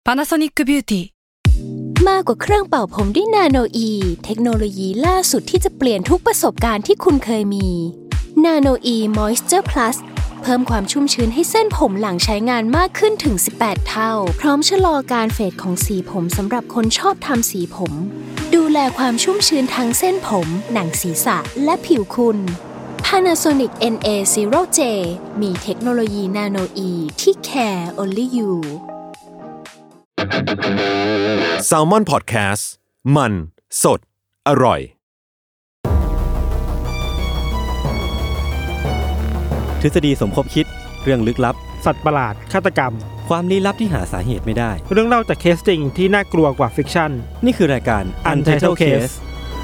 Panasonic Beauty มากกว่าเครื่องเป่าผมด้วยนาโนอีเทคโนโลยีล่าสุดที่จะเปลี่ยนทุกประสบการณ์ที่คุณเคยมีนาโนอีมอยส์เจอร์พลัสเพิ่มความชุ่มชื้นให้เส้นผมหลังใช้งานมากขึ้นถึง18เท่าพร้อมชะลอการเฟดของสีผมสำหรับคนชอบทำสีผมดูแลความชุ่มชื้นทั้งเส้นผมหนังศีรษะและผิวคุณ Panasonic NA0J มีเทคโนโลยีนาโนอีที่ care only you Salmon Podcast มันสดอร่อยทฤษฎีสมคบคิดเรื่องลึกลับสัตว์ประหลาดฆาตกรรมความลี้ลับที่หาสาเหตุไม่ได้เรื่องเล่าจากเคสจริงที่น่ากลัวกว่าฟิกชั่นนี่คือรายการ Untitled Case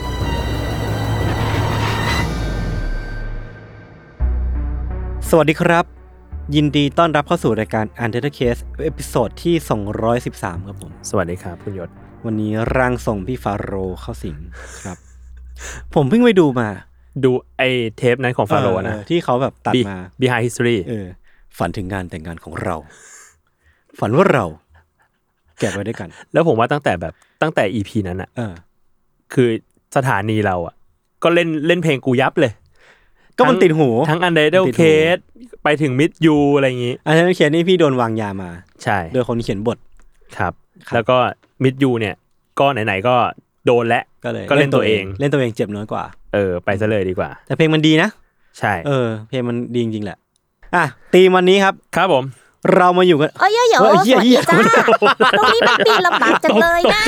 สวัสดีครับยินดีต้อนรับเข้าสู่รายการ Untitled Case เอพิโซดที่213ครับผมสวัสดีครับคุณยศวันนี้ร่างทรงพี่ฟาโรห์เข้าสิงครับผมเพิ่งไปดูมาดูไอ้เทปนั้นของฟาโรห์นะที่เขาแบบตัดมา Behind History ฝันถึงงานแต่งงานของเราฝันว่าเราแก็บไว้ด้วยกันแล้วผมว่าตั้งแต่ EP นั้นอ่ะคือสถานีเราอ่ะก็เล่นเพลงกูยับเลยก็มันติดหูทั้ง Untitled Case ไปถึง Meet You อะไรอย่างงี้ Untitled Case นี่พี่โดนวางยามาใช่โดยคนเขียนบทครับแล้วก็ Meet You เนี่ยก็ไหนๆก็โดนแล้วก็เล่นตัวเองเจ็บน้อยกว่าไปซะเลยดีกว่าแต่เพลงมันดีนะใช่เพลงมันดีจริงๆแหละธีมวันนี้ครับครับผมเรามาอยู่กันโอ้ยๆสวัสดีจ้าตรงนี้มันปีนลำบากจังเลยนะ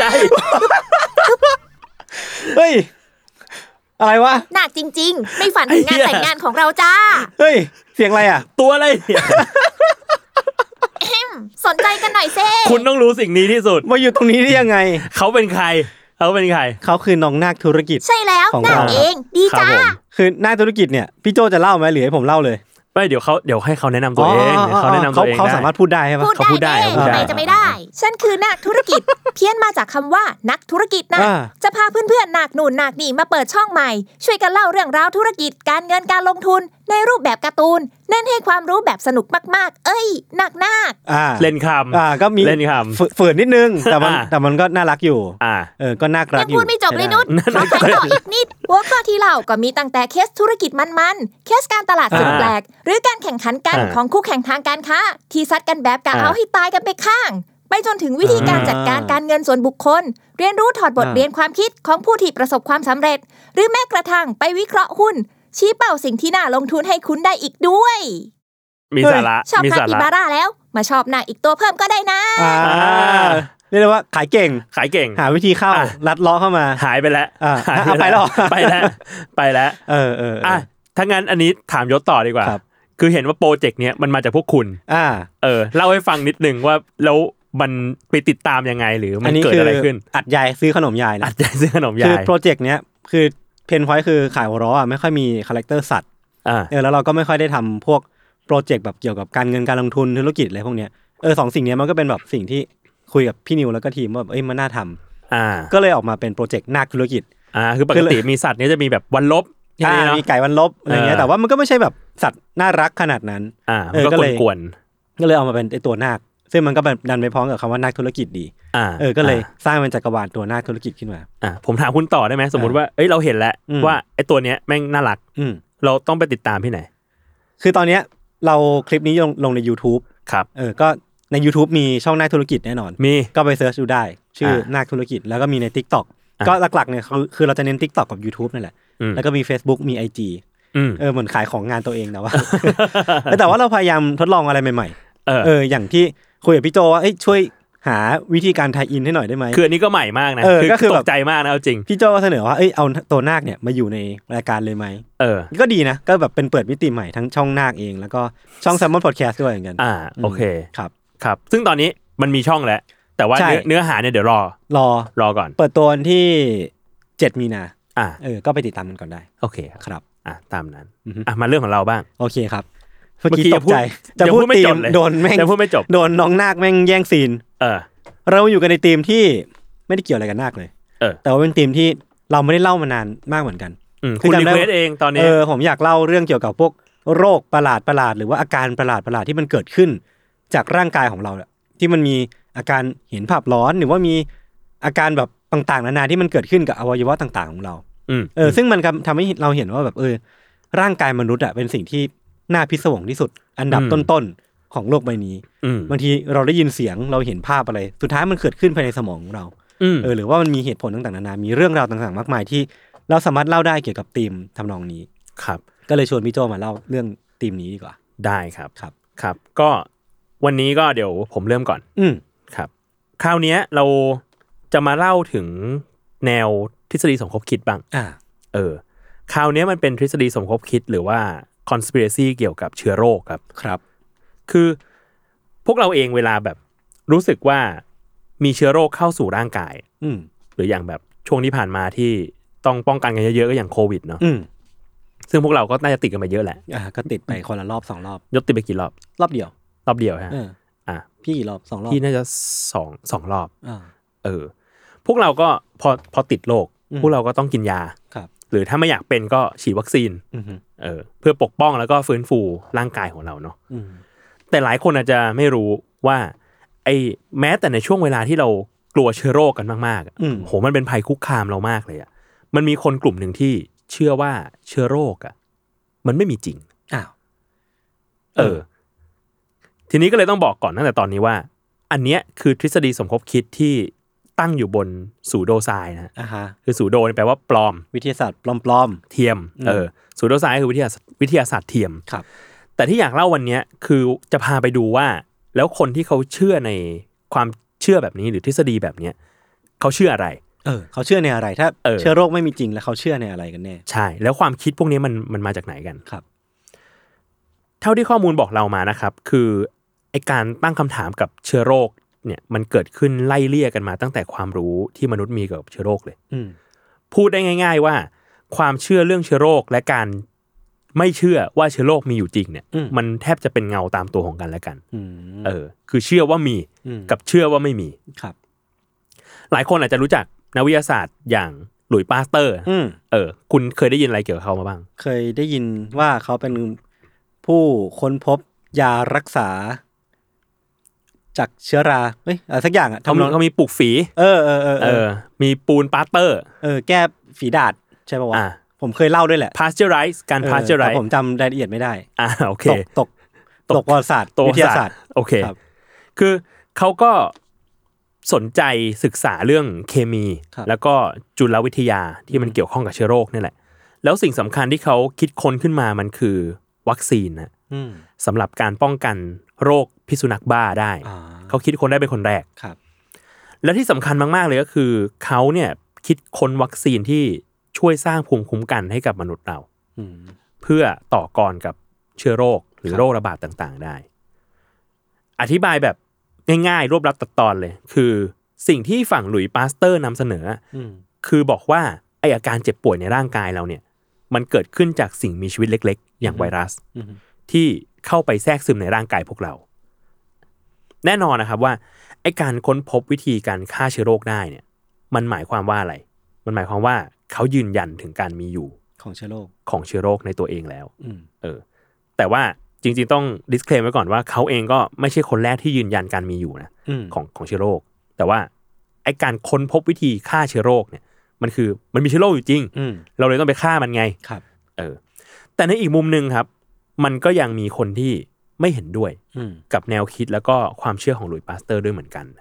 เฮ้ยอะไรวะหนักจริงๆไม่ฝันถึงงานแต่งงานของเราจ้าเฮ้ยเสียงอะไรอ่ะตัวอะไรสนใจกันหน่อยเซ่คุณต้องรู้สิ่งนี้ที่สุดมาอยู่ตรงนี้ได้ยังไงเขาเป็นใครเขาคือน้องนาคธุรกิจใช่แล้วนาคเองดีจ้าคือนาคธุรกิจเนี่ยพี่โจจะเล่าไหมหรือให้ผมเล่าเลยไม่เดี๋ยวให้เขาแนะนำตัวเองเขาแนะนำตัวเองเขาสามารถพูดได้ใช่ไหมเขาพูดได้จะไม่ได้ฉันคือนาคธุรกิจเพี้ยนมาจากคำว่านักธุรกิจนะจะพาเพื่อนๆนาคนู่นนาคนี่มาเปิดช่องใหม่ช่วยกันเล่าเรื่องราวธุรกิจการเงินการลงทุนในรูปแบบการ์ตูนเน้นให้ความรู้แบบสนุกมากๆนาคเล่นคำก็มีเล่นคำฝืนนิดนึงแต่มันก็น่ารักอยู่ก็น่ารักอยู่ยังพูดไม่จบเลยนุชขอไปต่ออีกนิดหัวข้อที่เล่าก็มีตั้งแต่เคสธุรกิจมันๆเคสการตลาดสุดแปลกหรือการแข่งขันกันของคู่แข่งทางการค้าที่ซัดกันแบบกะเอาให้ตายกันไปข้างไปจนถึงวิธีการจัดการการเงินส่วนบุคคลเรียนรู้ถอดบทเรียนความคิดของผู้ที่ประสบความสำเร็จหรือแม้กระทั่งไปวิเคราะห์หุ้นชี้เป้าสิ่งที่น่าลงทุนให้คุณได้อีกด้วยมีสาระชอบนาอิบาร่าแล้วมาชอบนาอีกตัวเพิ่มก็ได้นะเรียกว่าขายเก่งหาวิธีเข้าลัดล้อเข้ามาหายไปแล้วไปแล้วถ้างั้นอันนี้ถามยศต่อดีกว่าคือเห็นว่าโปรเจกต์เนี้ยมันมาจากพวกคุณเล่าให้ฟังนิดนึงว่าแล้วมันไปติดตามยังไงหรือมันเกิดอะไรขึ้นอัดยายซื้อขนมยายนะอัดยายซื้อขนมยายคือโปรเจกต์เนี้ยคือเพนพอยต์คือขายหัวเราะไม่ค่อยมีคาแรคเตอร์สัตว์แล้วเราก็ไม่ค่อยได้ทำพวกโปรเจกต์แบบเกี่ยวกับการเงินการลงทุนธุรกิจอะไรพวกเนี้ยสองสิ่งนี้มันก็เป็นแบบสิ่งที่คุยกับพี่นิวแล้วก็ทีมว่ามันน่าทำก็เลยออกมาเป็นโปรเจกต์นาคธุรกิจคือปกติมีสัตว์เนี้ยจะมีแบบวันลบมีไก่วันลบอะไรเงี้ยแต่ว่ามันก็ไม่ใช่แบบสัตว์น่ารักขนาดนั้นก็เลยเอามาเป็นไอตัวนาคซึ่งมันก็ดันไปพร้อมกับคำว่านาคธุรกิจดีก็เลยสร้างเป็นจักรวาลตัวนาคธุรกิจขึ้นมาผมถามคุณต่อได้ไหมสมมติว่าเราเห็นแล้วว่าไอตัวเนี้ยแม่งน่ารักเราต้องไปติดตามที่ไหนคือตอนเนี้ยเราคลิปนี้ลงใน YouTube ครับก็ใน YouTube มีช่องนาคธุรกิจแน่นอนก็ไปเสิร์ชดูได้ชื่อนาคธุรกิจแล้วก็มีใน TikTok ก็หลักๆเนี่ยคือเราจะเน้น TikTok กับ YouTube นั่นแหละแล้วก็มี Facebook มี IG เหมือนขายของงานตัวเองนะว่าแต่ว่าเราพยายามทดลองอะไรใหม่ๆอย่างที่คุยกับพี่โจว่าช่วยหาวิธีการไทยอินให้หน่อยได้ไหมคืออันนี้ก็ใหม่มากนะคือตกใจมากนะเอาจริงพี่โจก็เสนอว่าเอาตัวนาคเนี่ยมาอยู่ในรายการเลยไหมก็ดีนะก็แบบเป็นเปิดมิติใหม่ทั้งช่องนาคเองแล้วก็ช่อง Salmon Podcast ด้วยเหมือนกันโอเคครับซึ่งตอนนี้มันมีช่องแล้วแต่ว่าเนื้อหาเนี่ยเดี๋ยวรอก่อนเปิดตัววันที่7มีนาก็ไปติดตามกันก่อนได้โอเคครับตามนั้นมาเรื่องของเราบ้างโอเคครับเมื่อกี้ตกใจจะพูดไม่จบโดนแม่งโดนน้องนาคแม่งแย่งซีนเราอยู่กันในทีมที่ไม่ได้เกี่ยวอะไรกับนาคเลยแต่ว่าเป็นทีมที่เราไม่ได้เล่ามานานมากเหมือนกันคุณรีเควสเองตอนนี้ผมอยากเล่าเรื่องเกี่ยวกับพวกโรคประหลาดหรือว่าอาการประหลาดที่มันเกิดขึ้นจากร่างกายของเราที่มันมีอาการเห็นภาพร้อนหรือว่ามีอาการแบบต่างๆนานาที่มันเกิดขึ้นกับอวัยวะต่างๆของเราซึ่งมันทำให้เราเห็นว่าแบบร่างกายมนุษย์เป็นสิ่งที่น่าพิศวงที่สุดอันดับต้นๆของโลกใบนี้บางทีเราได้ยินเสียงเราเห็นภาพอะไรสุดท้ายมันเกิดขึ้นภายในสมองของเราหรือว่ามันมีเหตุผลต่างๆนานามีเรื่องราวต่างๆมากมายที่เราสามารถเล่าได้เกี่ยวกับธีมทำนองนี้ครับก็เลยชวนพี่โจมาเล่าเรื่องธีมนี้ดีกว่าได้ครับครับก็วันนี้ก็เดี๋ยวผมเริ่มก่อนครับคราวนี้เราจะมาเล่าถึงแนวทฤษฎีสมคบคิดบ้างคราวนี้มันเป็นทฤษฎีสมคบคิดหรือว่า conspiracy เกี่ยวกับเชื้อโรคครับคือพวกเราเองเวลาแบบรู้สึกว่ามีเชื้อโรคเข้าสู่ร่างกายหรืออย่างแบบช่วงที่ผ่านมาที่ต้องป้องกันกันเยอะๆก็อย่างโควิดเนาะซึ่งพวกเราก็น่าจะติดกันไปเยอะแหละก็ติดไปคนละรอบ2รอบยศติดไปกี่รอบเดียวฮะพี่กี่รอบ2รอบพี่น่าจะ2รอบพวกเราก็พอติดโรคพวกเราก็ต้องกินยาหรือถ้าไม่อยากเป็นก็ฉีดวัคซีนเพื่อปกป้องแล้วก็ฟื้นฟูร่างกายของเราเนาะแต่หลายคนอาจจะไม่รู้ว่าแม้แต่ในช่วงเวลาที่เรากลัวเชื้อโรคกันมากๆโหมันเป็นภัยคุกคามเรามากเลยมันมีคนกลุ่มหนึ่งที่เชื่อว่าเชื้อโรคมันไม่มีจริงทีนี้ก็เลยต้องบอกก่อนตั้งแต่ตอนนี้ว่าอันเนี้ยคือทฤษฎีสมคบคิดที่ตั้งอยู่บนซูโดไซน์นะคือซูโดนี่แปลว่าปลอมวิทยาศาสตร์ปลอมเทียมซูโดไซน์คือวิทยาศาสตร์เทียมครับแต่ที่อยากเล่าวันนี้คือจะพาไปดูว่าแล้วคนที่เขาเชื่อในความเชื่อแบบนี้หรือทฤษฎีแบบนี้เขาเชื่ออะไรเขาเชื่อในอะไรถ้าเชื้อโรคไม่มีจริงแล้วเขาเชื่อในอะไรกันแน่ใช่แล้วความคิดพวกนี้มันมาจากไหนกันครับเท่าที่ข้อมูลบอกเรามานะครับคือไอ้การตั้งคำถามกับเชื้อโรคเนี่ยมันเกิดขึ้นไล่เลี่ยกันมาตั้งแต่ความรู้ที่มนุษย์มีเกี่ยวกับเชื้อโรคเลยพูดได้ง่ายๆว่าความเชื่อเรื่องเชื้อโรคและการไม่เชื่อว่าเชื้อโรคมีอยู่จริงเนี่ยมันแทบจะเป็นเงาตามตัวของกันและกันคือเชื่อว่ามีกับเชื่อว่าไม่มีครับหลายคนอาจจะรู้จักนักวิทยาศาสตร์อย่างหลุยส์ปาสเตอร์คุณเคยได้ยินอะไรเกี่ยวกับเขามาบ้างเคยได้ยินว่าเขาเป็นผู้ค้นพบยารักษาจากเชื้อราสักอย่างเขามีปลูกฝีมีปูนปาสเตอร์แก้ฝีดาษใช่ป่าววะผมเคยเล่าด้วยแหละ pasteurize การ pasteurize ผมจำรายละเอียดไม่ได้โอเคตกประวัติศาสตร์วิทยาศาสตร์โอเคคือเขาก็สนใจศึกษาเรื่องเคมีแล้วก็จุลวิทยาที่มันเกี่ยวข้องกับเชื้อโรคนี่แหละแล้วสิ่งสำคัญที่เขาคิดค้นขึ้นมามันคือวัคซีนนะสำหรับการป้องกันโรคพิษสุนัขบ้าได้เขาคิดค้นได้เป็นคนแรกแล้วที่สำคัญมากๆเลยก็คือเขาเนี่ยคิดค้นวัคซีนที่ช่วยสร้างภูมิคุ้มกันให้กับมนุษย์เราเพื่อต่อกรกับเชื้อโรคหรือโรคระบาดต่างๆได้อธิบายแบบง่ายๆรวบรัดตัดตอนเลยคือสิ่งที่ฝั่งหลุยส์ปาสเตอร์นำเสนอคือบอกว่าไออาการเจ็บป่วยในร่างกายเราเนี่ยมันเกิดขึ้นจากสิ่งมีชีวิตเล็กๆอย่างไวรัสที่เข้าไปแทรกซึมในร่างกายพวกเราแน่นอนนะครับว่าไอการค้นพบวิธีการฆ่าเชื้อโรคได้เนี่ยมันหมายความว่าอะไรมันหมายความว่าเขายืนยันถึงการมีอยู่ของเชื้อโรคในตัวเองแล้วแต่ว่าจริงๆต้อง disclaim ไว้ก่อนว่าเขาเองก็ไม่ใช่คนแรกที่ยืนยันการมีอยู่นะของเชื้อโรคแต่ว่าไอ้การค้นพบวิธีฆ่าเชื้อโรคเนี่ยมันมีเชื้อโรคอยู่จริงเราเลยต้องไปฆ่ามันไงครับแต่ในอีกมุมนึงครับมันก็ยังมีคนที่ไม่เห็นด้วยกับแนวคิดแล้วก็ความเชื่อของหลุยส์ปาสเตอร์ด้วยเหมือนกัน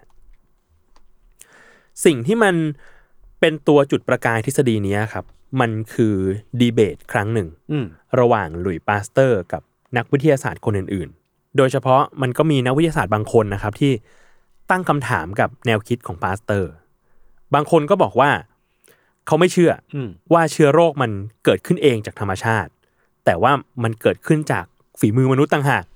สิ่งที่มันเป็นตัวจุดประกายทฤษฎีนี้ครับมันคือดีเบตครั้งหนึ่งระหว่างหลุยส์ปาสเตอร์กับนักวิทยาศาสตร์คนอื่นๆโดยเฉพาะมันก็มีนักวิทยาศาสตร์บางคนนะครับที่ตั้งคำถามกับแนวคิดของปาสเตอร์บางคนก็บอกว่าเขาไม่เชื่อว่าเชื้อโรคมันเกิดขึ้นเองจากธรรมชาติแต่ว่ามันเกิดขึ้นจากฝีมือมนุษย์ต่างหาก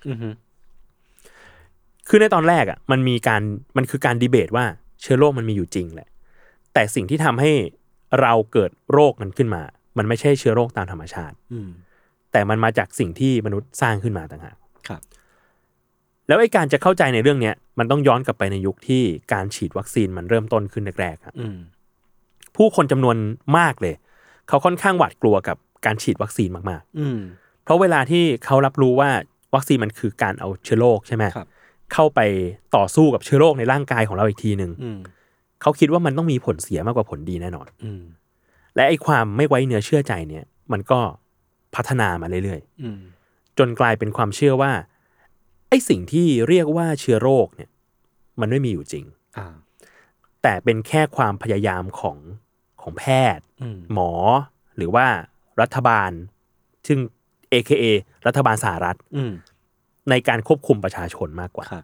คือในตอนแรกมันคือการดีเบตว่าเชื้อโรคมันมีอยู่จริงแหละแต่สิ่งที่ทำให้เราเกิดโรคนั้นขึ้นมามันไม่ใช่เชื้อโรคตามธรรมชาติแต่มันมาจากสิ่งที่มนุษย์สร้างขึ้นมาต่างหากแล้วไอ้การจะเข้าใจในเรื่องนี้มันต้องย้อนกลับไปในยุคที่การฉีดวัคซีนมันเริ่มต้นขึ้นแรกๆครับผู้คนจำนวนมากเลยเขาค่อนข้างหวาดกลัวกับการฉีดวัคซีนมากๆเพราะเวลาที่เขารับรู้ว่าวัคซีนมันคือการเอาเชื้อโรคใช่ไหมเข้าไปต่อสู้กับเชื้อโรคในร่างกายของเราอีกทีนึงเขาคิดว่ามันต้องมีผลเสียมากกว่าผลดีแน่นอนและไอ้ความไม่ไว้เนื้อเชื่อใจเนี่ยมันก็พัฒนามาเรื่อยๆจนกลายเป็นความเชื่อว่าไอ้สิ่งที่เรียกว่าเชื้อโรคเนี่ยมันไม่มีอยู่จริงแต่เป็นแค่ความพยายามของแพทย์หมอหรือว่ารัฐบาลซึ่ง AKA รัฐบาลสหรัฐในการควบคุมประชาชนมากกว่า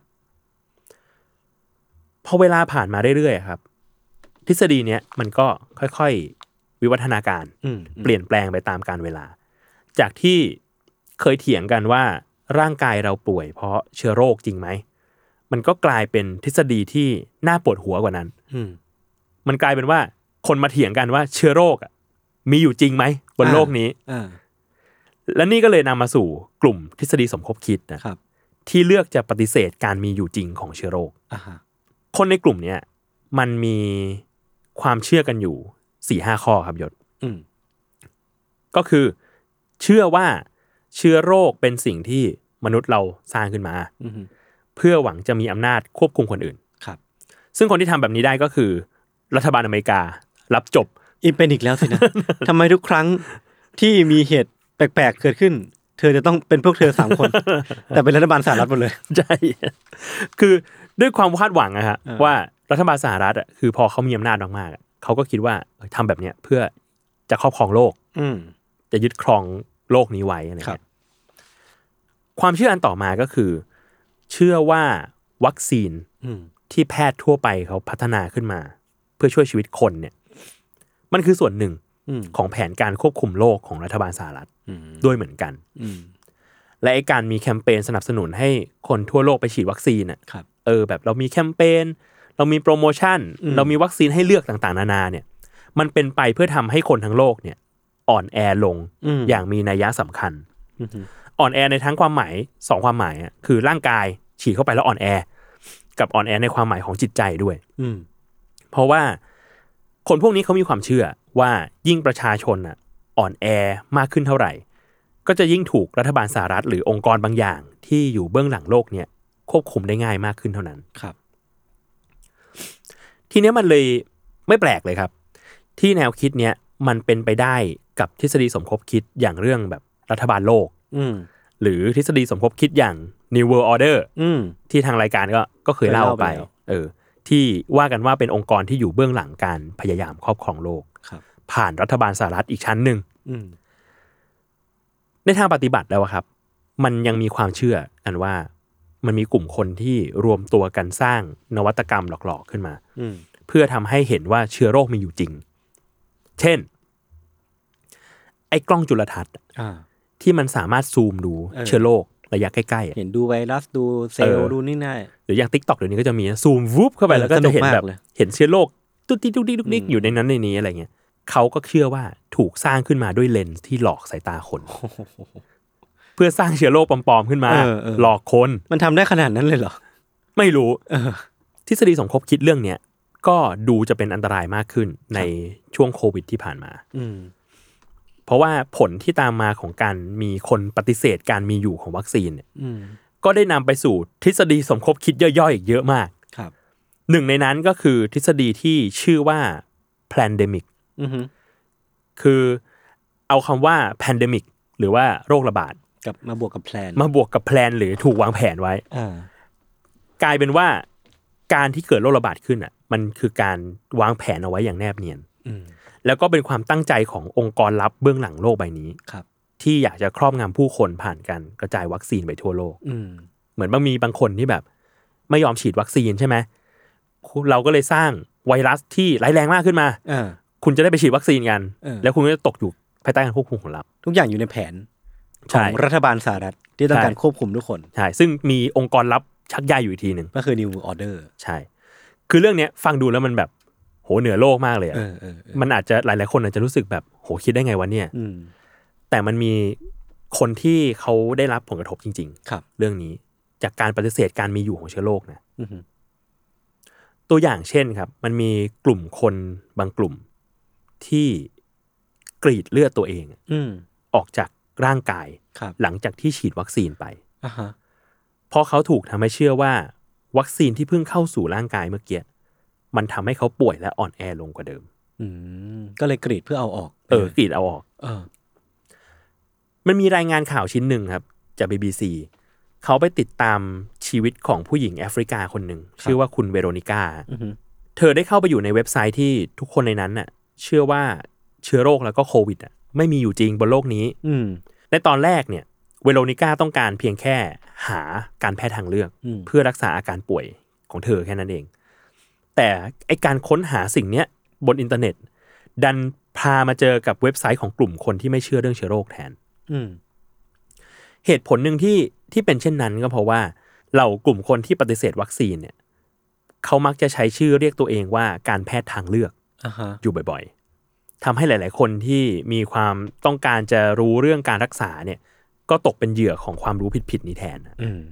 พอเวลาผ่านมาเรื่อยๆครับทฤษฎีเนี้ยมันก็ค่อยๆวิวัฒนาการเปลี่ยนแปลงไปตามกาลเวลาจากที่เคยเถียงกันว่าร่างกายเราป่วยเพราะเชื้อโรคจริงไหมมันก็กลายเป็นทฤษฎีที่น่าปวดหัวกว่านั้นมันกลายเป็นว่าคนมาเถียงกันว่าเชื้อโรคมีอยู่จริงไหมบนโลกนี้และนี่ก็เลยนำมาสู่กลุ่มทฤษฎีสมคบคิดนะครับที่เลือกจะปฏิเสธการมีอยู่จริงของเชื้อโรคคนในกลุ่มเนี้ยมันมีความเชื่อกันอยู่ 4-5 ข้อครับยศก็คือเชื่อว่าเชื้อโรคเป็นสิ่งที่มนุษย์เราสร้างขึ้นมาเพื่อหวังจะมีอำนาจควบคุมคนอื่นครับซึ่งคนที่ทำแบบนี้ได้ก็คือรัฐบาลอเมริการับจบเป็นอีกแล้วสินะ ทำไมทุกครั้งที่มีเหตุแปลกๆเกิดขึ้นเธอจะต้องเป็นพวกเธอ3 คน แต่เป็นรัฐบาลสหรัฐหมดเลยใช่คือด้วยความคาดหวังอะฮะว่ารัฐบาลสหรัฐอะคือพอเขามีอำนาจมากๆเขาก็คิดว่าทำแบบเนี้ยเพื่อจะครอบครองโลกจะยึดครองโลกนี้ไว้อะไรเงี้ยความเชื่ออันต่อมาก็คือเชื่อว่าวัคซีนที่แพทย์ทั่วไปเขาพัฒนาขึ้นมาเพื่อช่วยชีวิตคนเนี่ยมันคือส่วนหนึ่งของแผนการควบคุมโลกของรัฐบาลสหรัฐด้วยเหมือนกันและไอ้การมีแคมเปญสนับสนุนให้คนทั่วโลกไปฉีดวัคซีนอ่ะแบบเรามีแคมเปญเรามีโปรโมชั่นเรามีวัคซีนให้เลือกต่างๆนานาเนี่ยมันเป็นไปเพื่อทำให้คนทั้งโลกเนี่ยอ่อนแอลงอย่างมีนัยสำคัญอ่อนแอในทั้งความหมาย2ความหมายอ่ะคือร่างกายฉีดเข้าไปแล้วอ่อนแอกับอ่อนแอในความหมายของจิตใจด้วยเพราะว่าคนพวกนี้เขามีความเชื่อว่ายิ่งประชาชนอ่อนแอมากขึ้นเท่าไหร่ก็จะยิ่งถูกรัฐบาลสหรัฐหรือองค์กรบางอย่างที่อยู่เบื้องหลังโลกเนี่ยควบคุมได้ง่ายมากขึ้นเท่านั้นครับทีนี้มันเลยไม่แปลกเลยครับที่แนวคิดเนี้ยมันเป็นไปได้กับทฤษฎีสมคบคิดอย่างเรื่องแบบรัฐบาลโลกหรือทฤษฎีสมคบคิดอย่าง New World Order ที่ทางรายการก็เคยเล่าไปที่ว่ากันว่าเป็นองค์กรที่อยู่เบื้องหลังการพยายามครอบครองโลกผ่านรัฐบาลสหรัฐอีกชั้นหนึ่งในทางปฏิบัติแล้วครับมันยังมีความเชื่อกันว่ามันมีกลุ่มคนที่รวมตัวกันสร้างนวัตกรรมหลอกๆขึ้นมาเพื่อทำให้เห็นว่าเชื้อโรคมีอยู่จริงเช่นไอ้กล้องจุลทรรศน์ที่มันสามารถซูมดูเชื้อโรคระยะใกล้ๆเห็นดูไวรัสดูเซลล์ดูนี่ได้หรืออย่าง TikTok เดี๋ยวนี้ก็จะมีซูมวูบเข้าไปแล้วก็จะเห็นแบบเห็นเชื้อโรคตุ๊ดติ๊กตุ๊กติ๊กตุ๊กติ๊กอยู่ในนั้นในนี้อะไรเงี้ยเขาก็เชื่อว่าถูกสร้างขึ้นมาด้วยเลนส์ที่หลอกสายตาคนเพื่อสร้างเชื้อโรคปลอมๆขึ้นมาหลอกคนมันทำได้ขนาดนั้นเลยเหรอไม่รู้ทฤษฎีสมคบคิดเรื่องเนี้ยก็ดูจะเป็นอันตรายมากขึ้นในช่วงโควิดที่ผ่านมาเพราะว่าผลที่ตามมาของการมีคนปฏิเสธการมีอยู่ของวัคซีนเนี่ยก็ได้นำไปสู่ทฤษฎีสมคบคิดย่อยๆอีกเยอะมากหนึ่งในนั้นก็คือทฤษฎีที่ชื่อว่า pandemic คือเอาคำว่า pandemic หรือว่าโรคระบาดกับมาบวกกับแพลนหรือถูกวางแผนไว้กลายเป็นว่าการที่เกิดโรคระบาดขึ้นมันคือการวางแผนเอาไว้อย่างแนบเนียนแล้วก็เป็นความตั้งใจขององค์กรลับเบื้องหลังโลกใบนี้ที่อยากจะครอบงำผู้คนผ่านการกระจายวัคซีนไปทั่วโลกเหมือนบางคนที่แบบไม่ยอมฉีดวัคซีนใช่ไหมเราก็เลยสร้างไวรัสที่ร้ายแรงมากขึ้นมาคุณจะได้ไปฉีดวัคซีนกันแล้วคุณก็จะตกอยู่ภายใต้การควบคุมของเราทุกอย่างอยู่ในแผนของรัฐบาลสหรัฐที่ต้องการควบคุมทุกคนใช่ซึ่งมีองค์กรลับชักใยอยู่อีกทีนึงก็คือ New World Order ใช่คือเรื่องนี้ฟังดูแล้วมันแบบโหเหนือโลกมากเลยมันอาจจะหลายๆคนอาจจะรู้สึกแบบโหคิดได้ไงวะเนี่ยแต่มันมีคนที่เขาได้รับผลกระทบจริงๆเรื่องนี้จากการปฏิเสธการมีอยู่ของเชื้อโรคนะตัวอย่างเช่นครับมันมีกลุ่มคนบางกลุ่มที่กรีดเลือดตัวเองออกจากร่างกายหลังจากที่ฉีดวัคซีนไปเพราะเขาถูกทำให้เชื่อว่าวัคซีนที่เพิ่งเข้าสู่ร่างกายเมื่อกี้มันทำให้เขาป่วยและอ่อนแอลงกว่าเดิมก็เลยกรีดเพื่อเอาออกกรีดเอาออกมันมีรายงานข่าวชิ้นหนึ่งครับจาก BBC เขาไปติดตามชีวิตของผู้หญิงแอฟริกาคนหนึ่งชื่อว่าคุณเวโรนิก้าเธอได้เข้าไปอยู่ในเว็บไซต์ที่ทุกคนในนั้นน่ะเชื่อว่าเชื้อโรคแล้วก็โควิดอ่ะไม่มีอยู่จริงบนโลกนี้ในตอนแรกเนี่ยเวโรนิก้าต้องการเพียงแค่หาการแพทย์ทางเลือกเพื่อรักษาอาการป่วยของเธอแค่นั้นเองแต่ไอการค้นหาสิ่งเนี้ยบนอินเทอร์เน็ตดันพามาเจอกับเว็บไซต์ของกลุ่มคนที่ไม่เชื่อเรื่องเชื้อโรคแทนเหตุผลหนึ่งที่เป็นเช่นนั้นก็เพราะว่าเหล่ากลุ่มคนที่ปฏิเสธวัคซีนเนี่ยเขามักจะใช้ชื่อเรียกตัวเองว่าการแพทย์ทางเลือกอยู่บ่อยๆทำให้หลายๆคนที่มีความต้องการจะรู้เรื่องการรักษาเนี่ยก็ตกเป็นเหยื่อของความรู้ผิดๆนี้แทน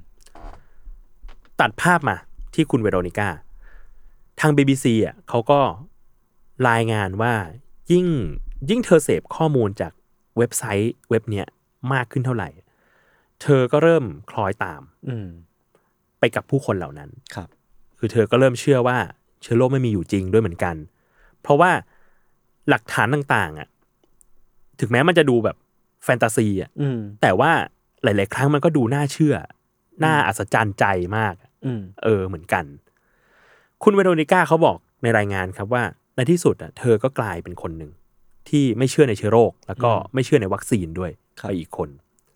ตัดภาพมาที่คุณเวโรนิก้าทาง BBC อ่ะเขาก็รายงานว่ายิ่งเธอเสพข้อมูลจากเว็บไซต์เว็บเนี้ยมากขึ้นเท่าไหร่เธอก็เริ่มคล้อยตามไปกับผู้คนเหล่านั้นคือเธอก็เริ่มเชื่อว่าเชื้อโรคไม่มีอยู่จริงด้วยเหมือนกันเพราะว่าหลักฐานต่างๆอ่ะถึงแม้มันจะดูแบบแฟนตาซีอ่ะแต่ว่าหลายๆครั้งมันก็ดูน่าเชื่อน่าอัศจรรย์ใจมากเหมือนกันคุณเวโรนิก้าเขาบอกในรายงานครับว่าในที่สุดอ่ะเธอก็กลายเป็นคนหนึ่งที่ไม่เชื่อในเชื้อโรคแล้วก็ไม่เชื่อในวัคซีนด้วยไปอีกคน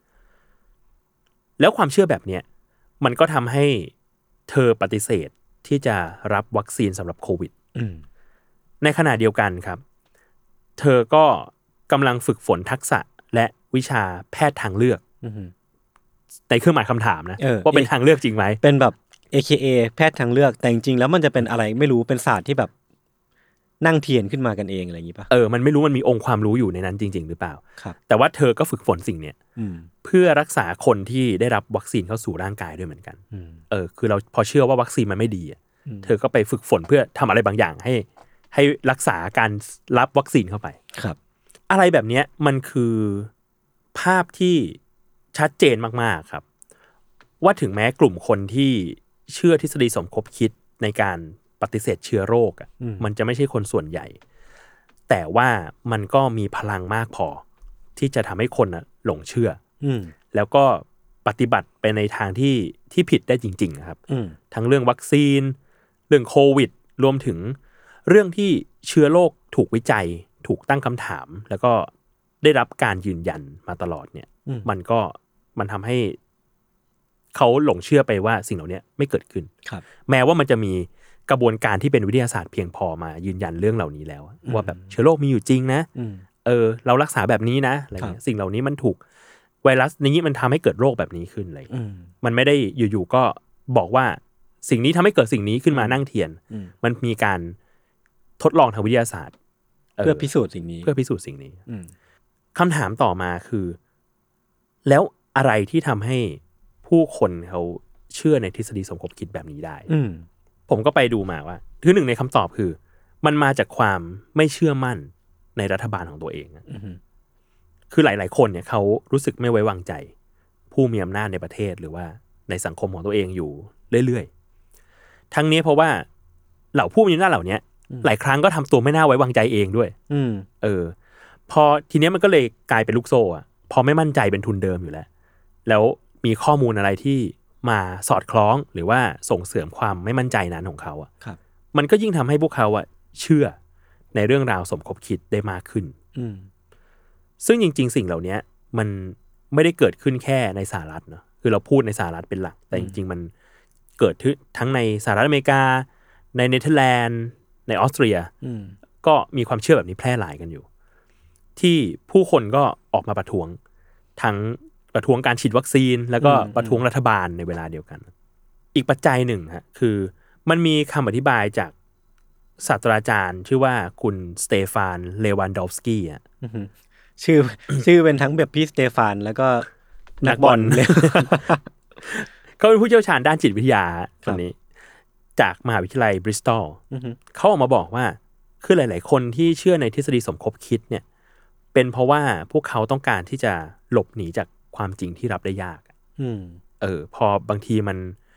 แล้วความเชื่อแบบเนี้ยมันก็ทำให้เธอปฏิเสธที่จะรับวัคซีนสำหรับโควิดในขณะเดียวกันครับเธอก็กำลังฝึกฝนทักษะและวิชาแพทย์ทางเลือกในเครื่องหมายคำถามนะว่าเป็นทางเลือกจริงไหมเป็นแบบ AKA แพทย์ทางเลือกแต่จริงๆแล้วมันจะเป็นอะไรไม่รู้เป็นศาสตร์ที่แบบนั่งเทียนขึ้นมากันเองอะไรอย่างนี้ป่ะมันไม่รู้มันมีองค์ความรู้อยู่ในนั้นจริงๆหรือเปล่าแต่ว่าเธอก็ฝึกฝนสิ่งเนี้ยเพื่อรักษาคนที่ได้รับวัคซีนเข้าสู่ร่างกายด้วยเหมือนกันคือเราพอเชื่อว่าวัคซีนมันไม่ดีเธอก็ไปฝึกฝนเพื่อทำอะไรบางอย่างให้รักษาการรับวัคซีนเข้าไปครับอะไรแบบนี้มันคือภาพที่ชัดเจนมากๆครับว่าถึงแม้กลุ่มคนที่เชื่อทฤษฎีสมคบคิดในการปฏิเสธเชื้อโรคมันจะไม่ใช่คนส่วนใหญ่แต่ว่ามันก็มีพลังมากพอที่จะทำให้คนหลงเชื่อแล้วก็ปฏิบัติไปในทางที่ผิดได้จริงๆครับทั้งเรื่องวัคซีนเรื่องโควิดรวมถึงเรื่องที่เชื้อโรคถูกวิจัยถูกตั้งคำถามแล้วก็ได้รับการยืนยันมาตลอดเนี่ยมันทำให้เขาหลงเชื่อไปว่าสิ่งเหล่านี้ไม่เกิดขึ้นแม้ว่ามันจะมีกระบวนการที่เป็นวิทยาศาสตร์เพียงพอมายืนยันเรื่องเหล่านี้แล้วว่าแบบเชื้อโรคมีอยู่จริงนะเรารักษาแบบนี้นะอะไรเงี้ยสิ่งเหล่านี้มันถูกไวรัสนี้มันทำให้เกิดโรคแบบนี้ขึ้นอะไรมันไม่ได้อยู่ๆก็บอกว่าสิ่งนี้ทำให้เกิดสิ่งนี้ขึ้นมานั่งเทียนมันมีการทดลองทางวิทยาศาสตร์เพื่อพิสูจน์สิ่งนี้คำถามต่อมาคือแล้วอะไรที่ทำให้ผู้คนเขาเชื่อในทฤษฎีสมคบคิดแบบนี้ได้ผมก็ไปดูมาว่าคือหนึ่งในคำตอบคือมันมาจากความไม่เชื่อมั่นในรัฐบาลของตัวเองคือหลายๆคนเนี่ยเขารู้สึกไม่ไว้วางใจผู้มีอำนาจในประเทศหรือว่าในสังคมของตัวเองอยู่เรื่อยๆทั้งนี้เพราะว่าเหล่าผู้มีอำนาจเหล่านี้หลายครั้งก็ทำตัวไม่น่าไว้วางใจเองด้วยพอทีนี้มันก็เลยกลายเป็นลูกโซ่พอไม่มั่นใจเป็นทุนเดิมอยู่แล้วมีข้อมูลอะไรที่มาสอดคล้องหรือว่าส่งเสริมความไม่มั่นใจนั้นของเขามันก็ยิ่งทำให้พวกเขาเชื่อในเรื่องราวสมคบคิดได้มากขึ้นซึ่งจริงๆสิ่งเหล่านี้มันไม่ได้เกิดขึ้นแค่ในสหรัฐเนาะคือเราพูดในสหรัฐเป็นหลักแต่จริงๆมันเกิดทั้งในสหรัฐอเมริกาในเนเธอร์แลนด์ในออสเตรียก็มีความเชื่อแบบนี้แพร่หลายกันอยู่ที่ผู้คนก็ออกมาประท้วงทั้งประท้วงการฉีดวัคซีนแล้วก็ประท้วงรัฐบาลในเวลาเดียวกันอีกปัจจัยหนึ่งฮะคือมันมีคำอธิบายจากศาสตราจารย์ชื่อว่าคุณสเตฟานเลวันดอฟสกี้ชื่อเป็นทั้งแบบพี่สเตฟานแล้วก็นักบอลเลยเขาเป็นผู้เชี่ยวชาญด้านจิตวิทยาคนนี้จากมหาวิทยาลัยบริสตอลเขาออกมาบอกว่าคือหลายๆคนที่เชื่อในทฤษฎีสมคบคิดเนี่ยเป็นเพราะว่าพวกเขาต้องการที่จะหลบหนีจากความจริงที่รับได้ยากพอบางทีมัน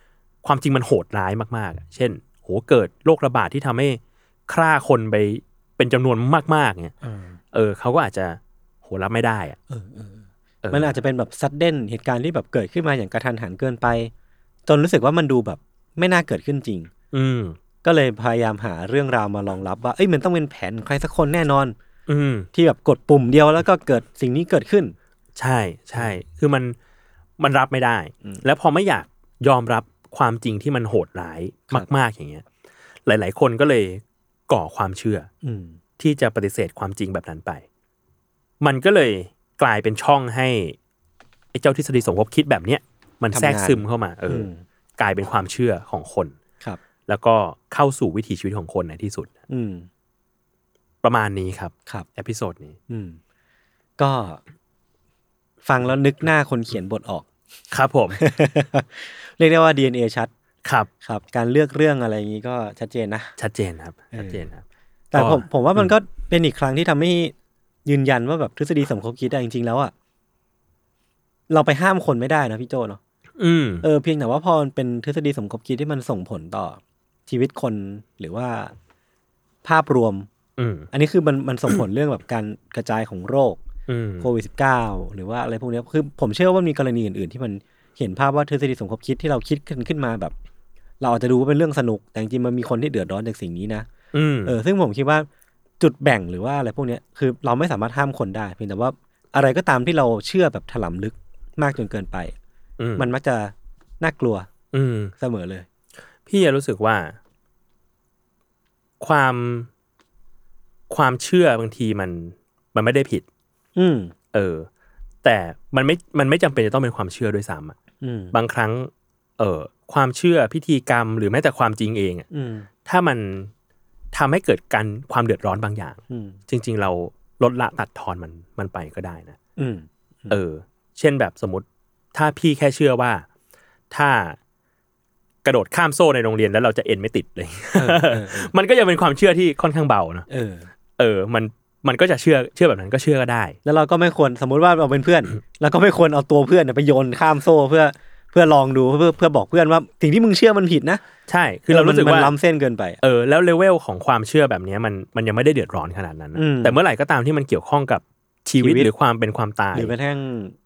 ความจริงมันโหดร้ายมากๆเช่นโหเกิดโรคระบาดที่ทำให้ฆ่าคนไปเป็นจำนวนมากๆเนี่ยเขาก็อาจจะโหรับไม่ได้อ่ะมันอาจจะเป็นแบบซัดเด้นเหตุการณ์ที่แบบเกิดขึ้นมาอย่างกระทันหันเกินไปจนรู้สึกว่ามันดูแบบไม่น่าเกิดขึ้นจริงก็เลยพยายามหาเรื่องราวมารองรับว่ามันต้องเป็นแผนใครสักคนแน่นอนที่แบบกดปุ่มเดียวแล้วก็เกิดสิ่งนี้เกิดขึ้นใช่ใช่คือมันรับไม่ได้แล้วพอไม่อยากยอมรับความจริงที่มันโหดร้ายมากๆอย่างเงี้ยหลายๆคนก็เลยก่อความเชื่อที่จะปฏิเสธความจริงแบบนั้นไปมันก็เลยกลายเป็นช่องให้ไอ้เจ้าทฤษฎีสมคบคิดแบบเนี้ยมันแทรกซึมเข้ามากลายเป็นความเชื่อของคนครับแล้วก็เข้าสู่วิถีชีวิตของคนในที่สุดประมาณนี้ครับเอพิโซดนี้ก็ฟังแล้วนึกหน้าคนเขียนบทออกครับผมเรียกได้ว่า DNA ชัดครับครับการเลือกเรื่องอะไรอย่างนี้ก็ชัดเจนนะชัดเจนครับชัดเจนครับแต่ผมว่ามันก็เป็นอีกครั้งที่ทำให้ยืนยันว่าแบบทฤษฎีสมคบคิดจริงๆแล้วอ่ะเราไปห้ามคนไม่ได้นะพี่โจเนาะเพียงแต่ว่าพอเป็นทฤษฎีสมคบคิดที่มันส่งผลต่อชีวิตคนหรือว่าภาพรวมอันนี้คือมันส่งผลเรื่องแบบการกระจายของโรคโควิด -19 หรือว่าอะไรพวกนี้คือผมเชื่อว่ามีกรณีอื่นๆที่มันเห็นภาพว่าทฤษฎีสมคบคิดที่เราคิดขึ้นมาแบบเราอาจจะดูว่าเป็นเรื่องสนุกแต่จริงๆมันมีคนที่เดือดร้อนจากสิ่งนี้นะซึ่งผมคิดว่าจุดแบ่งหรือว่าอะไรพวกนี้คือเราไม่สามารถห้ามคนได้เพียงแต่ว่าอะไรก็ตามที่เราเชื่อแบบถลำลึกมากจนเกินไปมันมักจะน่ากลัวเสมอเลยพี่รู้สึกว่าความเชื่อบางทีมันไม่ได้ผิดแต่มันไม่จำเป็นจะต้องเป็นความเชื่อด้วยซ้ำอ่ะบางครั้งความเชื่อพิธีกรรมหรือแม้แต่ความจริงเองอ่ะถ้ามันทำให้เกิดความเดือดร้อนบางอย่างจริงๆเราลดละตัดทอนมันไปก็ได้นะเช่นแบบสมมติถ้าพี่แค่เชื่อว่าถ้ากระโดดข้ามโซ่ในโรงเรียนแล้วเราจะเอ็นไม่ติดเลยมันก็ยังเป็นความเชื่อที่ค่อนข้างเบานะมันก็จะเชื่อแบบนั้นก็เชื่อก็ได้แล้วเราก็ไม่ควรสมมุติว่าเราเป็นเพื่อนแล้วก็ไม่ควรเอาตัวเพื่อนไปโยนข้ามโซ่เพื่อลองดูเพื่อบอกเพื่อนว่าสิ่งที่มึงเชื่อมันผิดนะใช่คือเรารู้สึกว่ามันล้ำเส้นเกินไปแล้วเลเวลของความเชื่อแบบนี้มันยังไม่ได้เดือดร้อนขนาดนั้นนะแต่เมื่อไหร่ก็ตามที่มันเกี่ยวข้องกับชีวิตหรือความเป็นความตายหรือแม้กระทั่ง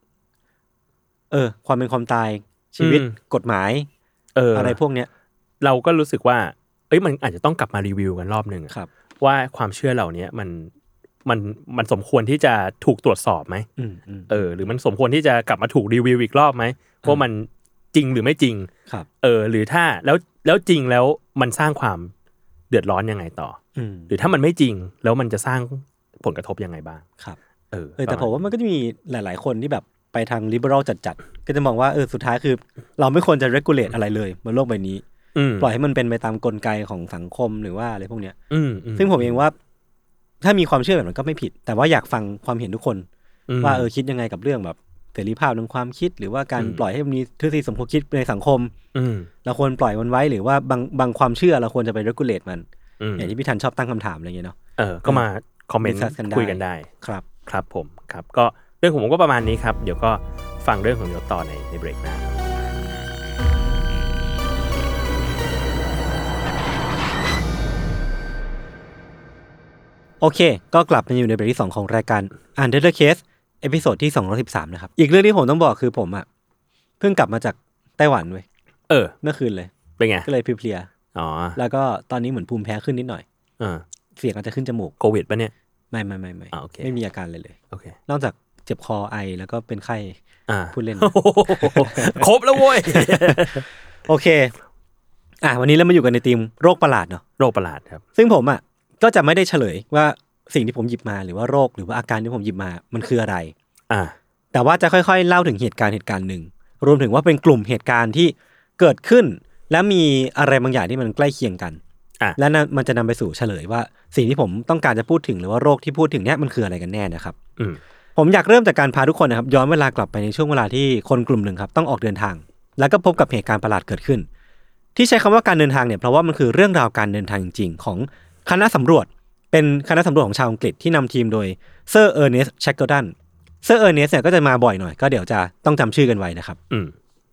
ความเป็นความตายชีวิตกฎหมายอะไรพวกเนี้ยเราก็รู้สึกว่ามันอาจจะต้องกลับมารีวิวกันรอบนึงว่าความเชื่อเหล่านี้มันสมควรที่จะถูกตรวจสอบไหมหรือมันสมควรที่จะกลับมาถูกรีวิวอีกรอบไหมว่ามันจริงหรือไม่จริงหรือถ้าแล้วจริงแล้วมันสร้างความเดือดร้อนยังไงต่อหรือถ้ามันไม่จริงแล้วมันจะสร้างผลกระทบยังไงบ้างครับแต่ผมว่ามันก็จะมีหลายๆคนที่แบบไปทางลิเบอรัลจัดๆก็จะมองว่าสุดท้ายคือเราไม่ควรจะ regulate อะไรเลยบนโลกใบนี้ปล่อยให้มันเป็นไปตามกลไกของสังคมหรือว่าอะไรพวกเนี้ยซึ่งผมเองว่าถ้ามีความเชื่อแบบนั้นก็ไม่ผิดแต่ว่าอยากฟังความเห็นทุกคนว่าคิดยังไงกับเรื่องแบบเสรีภาพทางความคิดหรือว่าการปล่อยให้มีทฤษฎีสมคบคิดในสังคมเราควรปล่อยมันไว้หรือว่าบางความเชื่อเราควรจะไป regulate มันอย่างที่พี่ทันชอบตั้งคำถามอะไรอย่างเงี้ยเนาะก็มาคอมเมนต์คุยกันได้ครับผมครับก็เรื่องของผมก็ประมาณนี้ครับเดี๋ยวก็ฟังเรื่องของเดี๋ยวต่อในเบรกหน้าโอเคก็กลับมาอยู่ในเบรกที่2ของรายการ Under the Case เอพิโซดที่213นะครับอีกเรื่องที่ผมต้องบอกคือผมอ่ะเพิ่งกลับมาจากไต้หวันเว้ยเมื่อคืนเลยเป็นไงก็เลยเพลียๆแล้วก็ตอนนี้เหมือนภูมิแพ้ขึ้นนิดหน่อยเสียงอาจจะขึ้นจมูกโควิดป่ะเนี่ยไม่ไม่มีอาการเลยโอเคนอกจากเจ็บคอไอแล้วก็เป็นไข้พูดเล่นครบแล้วเว้ยโอเควันนี้เรามาอยู่กันในธีมโรคประหลาดเนาะโรคประหลาดครับซึ่งผมก็จะไม่ได้เฉลยว่าสิ่งที่ผมหยิบมาหรือว่าโรคหรือว่าอาการที่ผมหยิบมามันคืออะไรแต่ว่าจะค่อยๆเล่าถึงเหตุการณ์หนึ่งรวมถึงว่าเป็นกลุ่มเหตุการณ์ที่เกิดขึ้นและมีอะไรบางอย่างที่มันใกล้เคียงกันและมันจะนำไปสู่เฉลยว่าสิ่งที่ผมต้องการจะพูดถึงหรือว่าโรคที่พูดถึงเนี้ยมันคืออะไรกันแน่นะครับผมอยากเริ่มจากการพาทุกคนนะครับย้อนเวลากลับไปในช่วงเวลาที่คนกลุ่มหนึ่งครับต้องออกเดินทางแล้วก็พบกับเหตุการณ์ประหลาดเกิดขึ้นที่ใช้คำว่าการเดินทางเนี่ยเพราะว่ามันคือเรื่องราวการเดินทางจริงๆของคณะสำรวจเป็นคณะสำรวจของชาวอังกฤษที่นำทีมโดยเซอร์เออร์เนสต์แชคเกิลดันเซอร์เออร์เนสต์เนี่ยก็จะมาบ่อยหน่อยก็เดี๋ยวจะต้องจำชื่อกันไว้นะครับ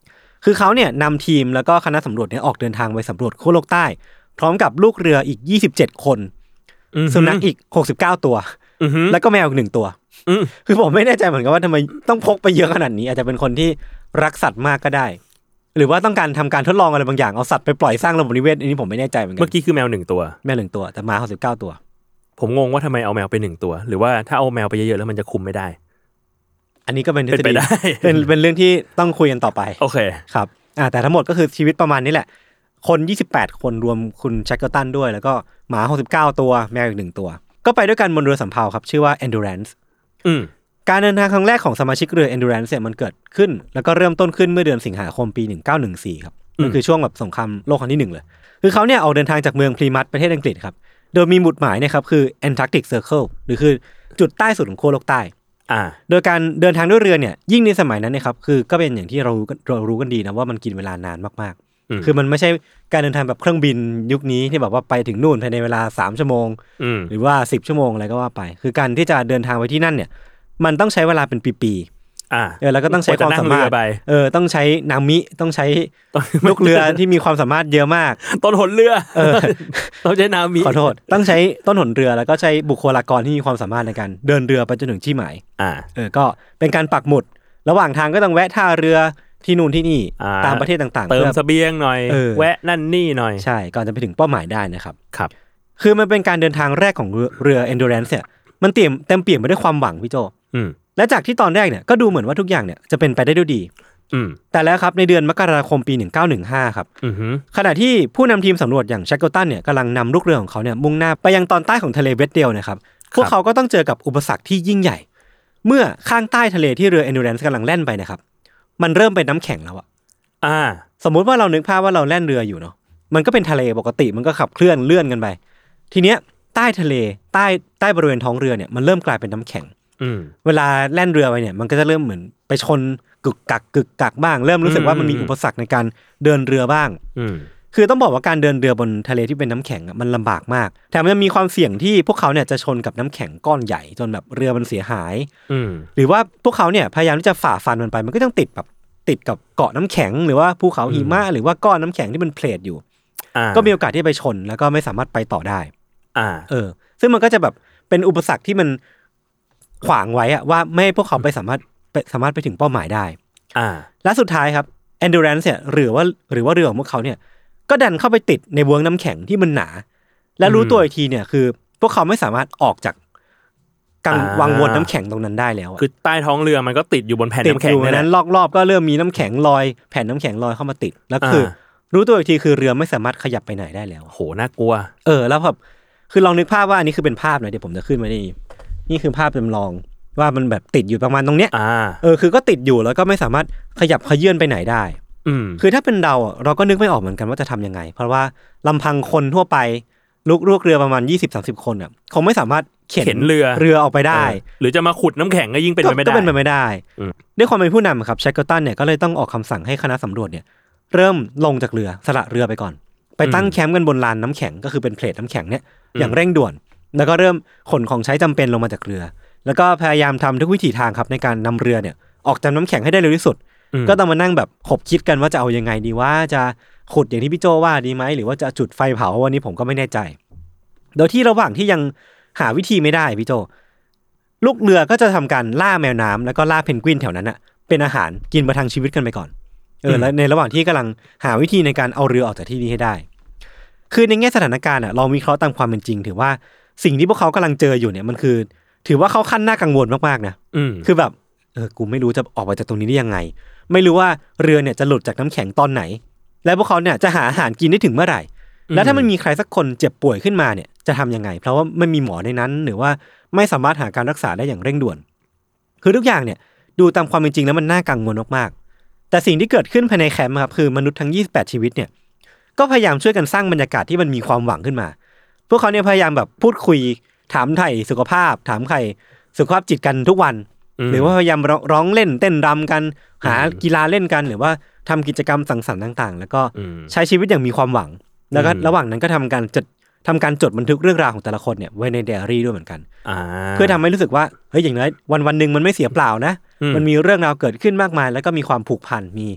คือเขาเนี่ยนำทีมแล้วก็คณะสำรวจเนี่ยออกเดินทางไปสำรวจขั้วโลกใต้พร้อมกับลูกเรืออีก27คนสุนัขอีก69ตัวแล้วก็แมวอีก1ตัวคือผมไม่แน่ใจเหมือนกันว่าทำไมต้องพกไปเยอะขนาดนี้อาจจะเป็นคนที่รักสัตว์มากก็ได้หรือว่าต้องการทำการทดลองอะไรบางอย่างเอาสัตว์ไปปล่อยสร้างระบบนิเวศอันนี้ผมไม่แน่ใจเหมือนกันเมื่อกี้คือแมว1ตัวแมว1ตัวแต่หมา69ตัวผมงงว่าทำไมเอาแมวไป1ตัวหรือว่าถ้าเอาแมวไปเยอะๆแล้วมันจะคุมไม่ได้อันนี้ก็เป็นทฤษฎีเป็นเรื่องที่ต้องคุยกันต่อไปโอเคครับแต่ทั้งหมดก็คือชีวิตประมาณนี้แหละคน28คนรวมคุณแชคเกิลตันด้วยแล้วก็หมา69ตัวแมวอีก1ตัวก็ไปด้วยกันบนเรือสำเภาครับชื่อว่า Endurance การเดินทางครั้งแรกของสมาชิกเรือ Endurance เนี่ยมันเกิดขึ้นแล้วก็เริ่มต้นขึ้นเมื่อเดือนสิงหาคมปี1914ครับมันคือช่วงแบบสงครามโลกครั้งที่1เลยคือเขาเนี่ยออกเดินทางจากเมืองพลีมัธประเทศอังกฤษครับโดยมีหมุดหมายเนี่ยครับคือ Antarctic Circle หรือคือจุดใต้สุดของขั้วโลกใต้โดยการเดินทางด้วยเรือเนี่ยยิ่งในสมัยนั้นเนี่ยครับคือก็เป็นอย่างที่เรารู้กันดีนะว่ามันกินเวลานานมากๆคือมันไม่ใช่การเดินทางแบบเครื่องบินยุคนี้ที่แบบว่าไปถึงนู่นภายในเวลา3ชั่วโมงหรือว่า10ชั่วโมงอะไรก็ว่าไปคือการที่จะเดินทางไปที่นั่นเนี่ยมันต้องใช้เวลาเป็นปีๆแล้วก็ต้องใช้ความสามารถต้องใช้นามิต้องใช้ลูกเรือที่มีความสามารถเยอะมากต้นหนเรือต้องใช้นามิขอโทษต้องใช้ต้นหนเรือแล้วก็ใช้บุคลากรที่มีความสามารถในการเดินเรือไปจนถึงที่หมายก็เป็นการปักหมุดระหว่างทางก็ต้องแวะท่าเรือที่นู่นที่นี่ตามประเทศต่างๆเติมเสบียงหน่อยแวะนั่นนี่หน่อยใช่ก่อนจะไปถึงเป้าหมายได้นะครับคือมันเป็นการเดินทางแรกของเรือ Endurance เนี่ยมันเต็มเปี่ยมไปด้วยความหวังพี่โจและจากที่ตอนแรกเนี่ยก็ดูเหมือนว่าทุกอย่างเนี่ยจะเป็นไปได้ด้วยดีแต่แล้วครับในเดือนมกราคมปี1915ครับขณะที่ผู้นำทีมสำรวจอย่างแชคเกิลตันเนี่ยกำลังนำลูกเรือของเขาเนี่ยมุ่งหน้าไปยังตอนใต้ของทะเลเวสเดลนะครับพวกเขาก็ต้องเจอกับอุปสรรคที่ยิ่งใหญ่เมื่อข้างใต้ทะเลที่เรือ Endurance กำลังแล่นไปนะครับมันเริ่มเป็นน้ำแข็งแล้วสมมุติว่าเรานึกภาพว่าเราแล่นเรืออยู่เนาะมันก็เป็นทะเลปกติมันก็ขับเคลื่อนเลื่อนกันไปทีเนี้ยใต้ทะเลใต้บริเวณท้องเรือเนี่ยมันเริ่มกลายเป็นน้ำแข็งเวลาแล่นเรือไปเนี่ยมันก็จะเริ่มเหมือนไปชนกึกกักบ้างเริ่มรู้สึกว่ามันมีอุปสรรคในการเดินเรือบ้างคือต้องบอกว่าการเดินเรือบนทะเลที่เป็นน้ำแข็งมันลำบากมากแถมยังมีความเสี่ยงที่พวกเขาเนี่ยจะชนกับน้ำแข็งก้อนใหญ่จนแบบเรือมันเสียหายหรือว่าพวกเขาเนี่ยพยายามที่จะฝ่าฟันมันไปมันก็ต้องติดกับเกาะน้ำแข็งหรือว่าภูเขาหิมะหรือว่าก้อนน้ำแข็งที่มันเพลทอยู่ก็มีโอกาสที่ไปชนแล้วก็ไม่สามารถไปต่อได้ซึ่งมันก็จะแบบเป็นอุปสรรคที่มันขวางไว้ว่าไม่ให้พวกเขาสามารถไปถึงเป้าหมายได้และสุดท้ายครับ Endurance เนี่ยหรือว่าเรือของพวกเขาเนี่ยก็ดันเข้าไปติดในวงน้ำแข็งที่มันหนาและรู้ตัวอีกทีเนี่ยคือพวกเขาไม่สามารถออกจากกังวังวนน้ำแข็งตรงนั้นได้แล้วคือใต้ท้องเรือมันก็ติดอยู่บนแผ่นน้ำแข็งนั้นรอบๆก็เริ่มมีน้ำแข็งลอยแผ่นน้ำแข็งลอยเข้ามาติดแล้วคือรู้ตัวอีกทีคือเรือไม่สามารถขยับไปไหนได้แล้วโหน่ากลัวแล้วแบบคือลองนึกภาพว่าอันนี้คือเป็นภาพหน่อยเดี๋ยวผมจะขึ้นมานี่คือภาพจำลองว่ามันแบบติดอยู่ประมาณตรงเนี้ยคือก็ติดอยู่แล้วก็ไม่สามารถขยับเขยื่อนไปไหนได้คือถ้าเป็นเราก็นึกไม่ออกเหมือนกันว่าจะทำยังไงเพราะว่าลำพังคนทั่วไปลูกเรือประมาณ 20-30 คนคงไม่สามารถเข็นเรือออกไปได้หรือจะมาขุดน้ำแข็งก็ยิ่งเป็นไปไม่ได้ก็เป็นไปไม่ได้ด้วยความเป็นผู้นำครับแชคเกิลตันเนี่ยก็เลยต้องออกคำสั่งให้คณะสำรวจเนี่ยเริ่มลงจากเรือสละเรือไปก่อนไปตั้งแคมป์กันบนลานน้ำแข็งก็คือเป็นเพลทน้ำแข็งเนี่ยอย่างเร่งด่วนแล้วก็เริ่มขนของใช้จำเป็นลงมาจากเรือแล้วก็พยายามทำทุกวิถีทางครับในการนำเรือเนี่ยออกจากน้ำแข็งให้ได้เร็วที่สุดก็ต้องมานั่งแบบขบคิดกันว่าจะเอายังไงดีว่าจะขุดอย่างที่พี่โจว่าดีไหมหรือว่าจะจุดไฟเผาวันนี้ผมก็ไม่แน่ใจโดยที่ระหว่างที่ยังหาวิธีไม่ได้พี่โจลูกเรือก็จะทำการล่าแมวน้ำแล้วก็ล่าเพนกวินแถวนั้นเป็นอาหารกินประทังชีวิตกันไปก่อนแล้วในระหว่างที่กำลังหาวิธีในการเอาเรือออกจากที่นี้ให้ได้คือในแง่สถานการณ์ลองวิเคราะห์ตามความเป็นจริงถือว่าสิ่งที่พวกเขากำลังเจออยู่เนี่ยมันคือถือว่าเขาขั้นหน้ากังวลมากๆนะคือแบบกูไม่รู้จะออกไปจากตรงนี้ได้ยังไงไม่รู้ว่าเรือเนี่ยจะหลุดจากน้ำแข็งตอนไหนและพวกเขาเนี่ยจะหาอาหารกินได้ถึงเมื่อไหร่แล้วถ้ามันมีใครสักคนเจ็บป่วยขึ้นมาเนี่ยจะทำยังไงเพราะว่าไม่มีหมอในนั้นหรือว่าไม่สามารถหาการรักษาได้อย่างเร่งด่วนคือทุกอย่างเนี่ยดูตามความเป็นจริงแล้วมันน่ากังวลมากๆแต่สิ่งที่เกิดขึ้นภายในแคมป์ครับคือมนุษย์ทั้ง28ชีวิตเนี่ยก็พยายามช่วยกันสร้างบรรยากาศที่มันมีความหวังขึ้นมาพวกเขาเนี่ยพยายามแบบพูดคุยถามไถ่สุขภาพถามไถ่สุขภาพจิตกันทุกวันหรือว่าพยายามร้องเล่นเต้นรำกันหากีฬาเล่นกันหรือว่าทำกิจกรรมสังสรรค์ต่างๆแล้วก็ใช้ชีวิตอย่างมีความหวังแล้วก็ระหว่างนั้นก็ทำการจดบันทึกเรื่องราวของแต่ละคนเนี่ยไว้ในไดอารี่ด้วยเหมือนกันเพื่อทำให้รู้สึกว่าเฮ้ยอย่างน้อยวันๆนึงมันไม่เสียเปล่านะมันมีเรื่องราวเกิดขึ้นมากมายแล้วก็มีความผูกพันมี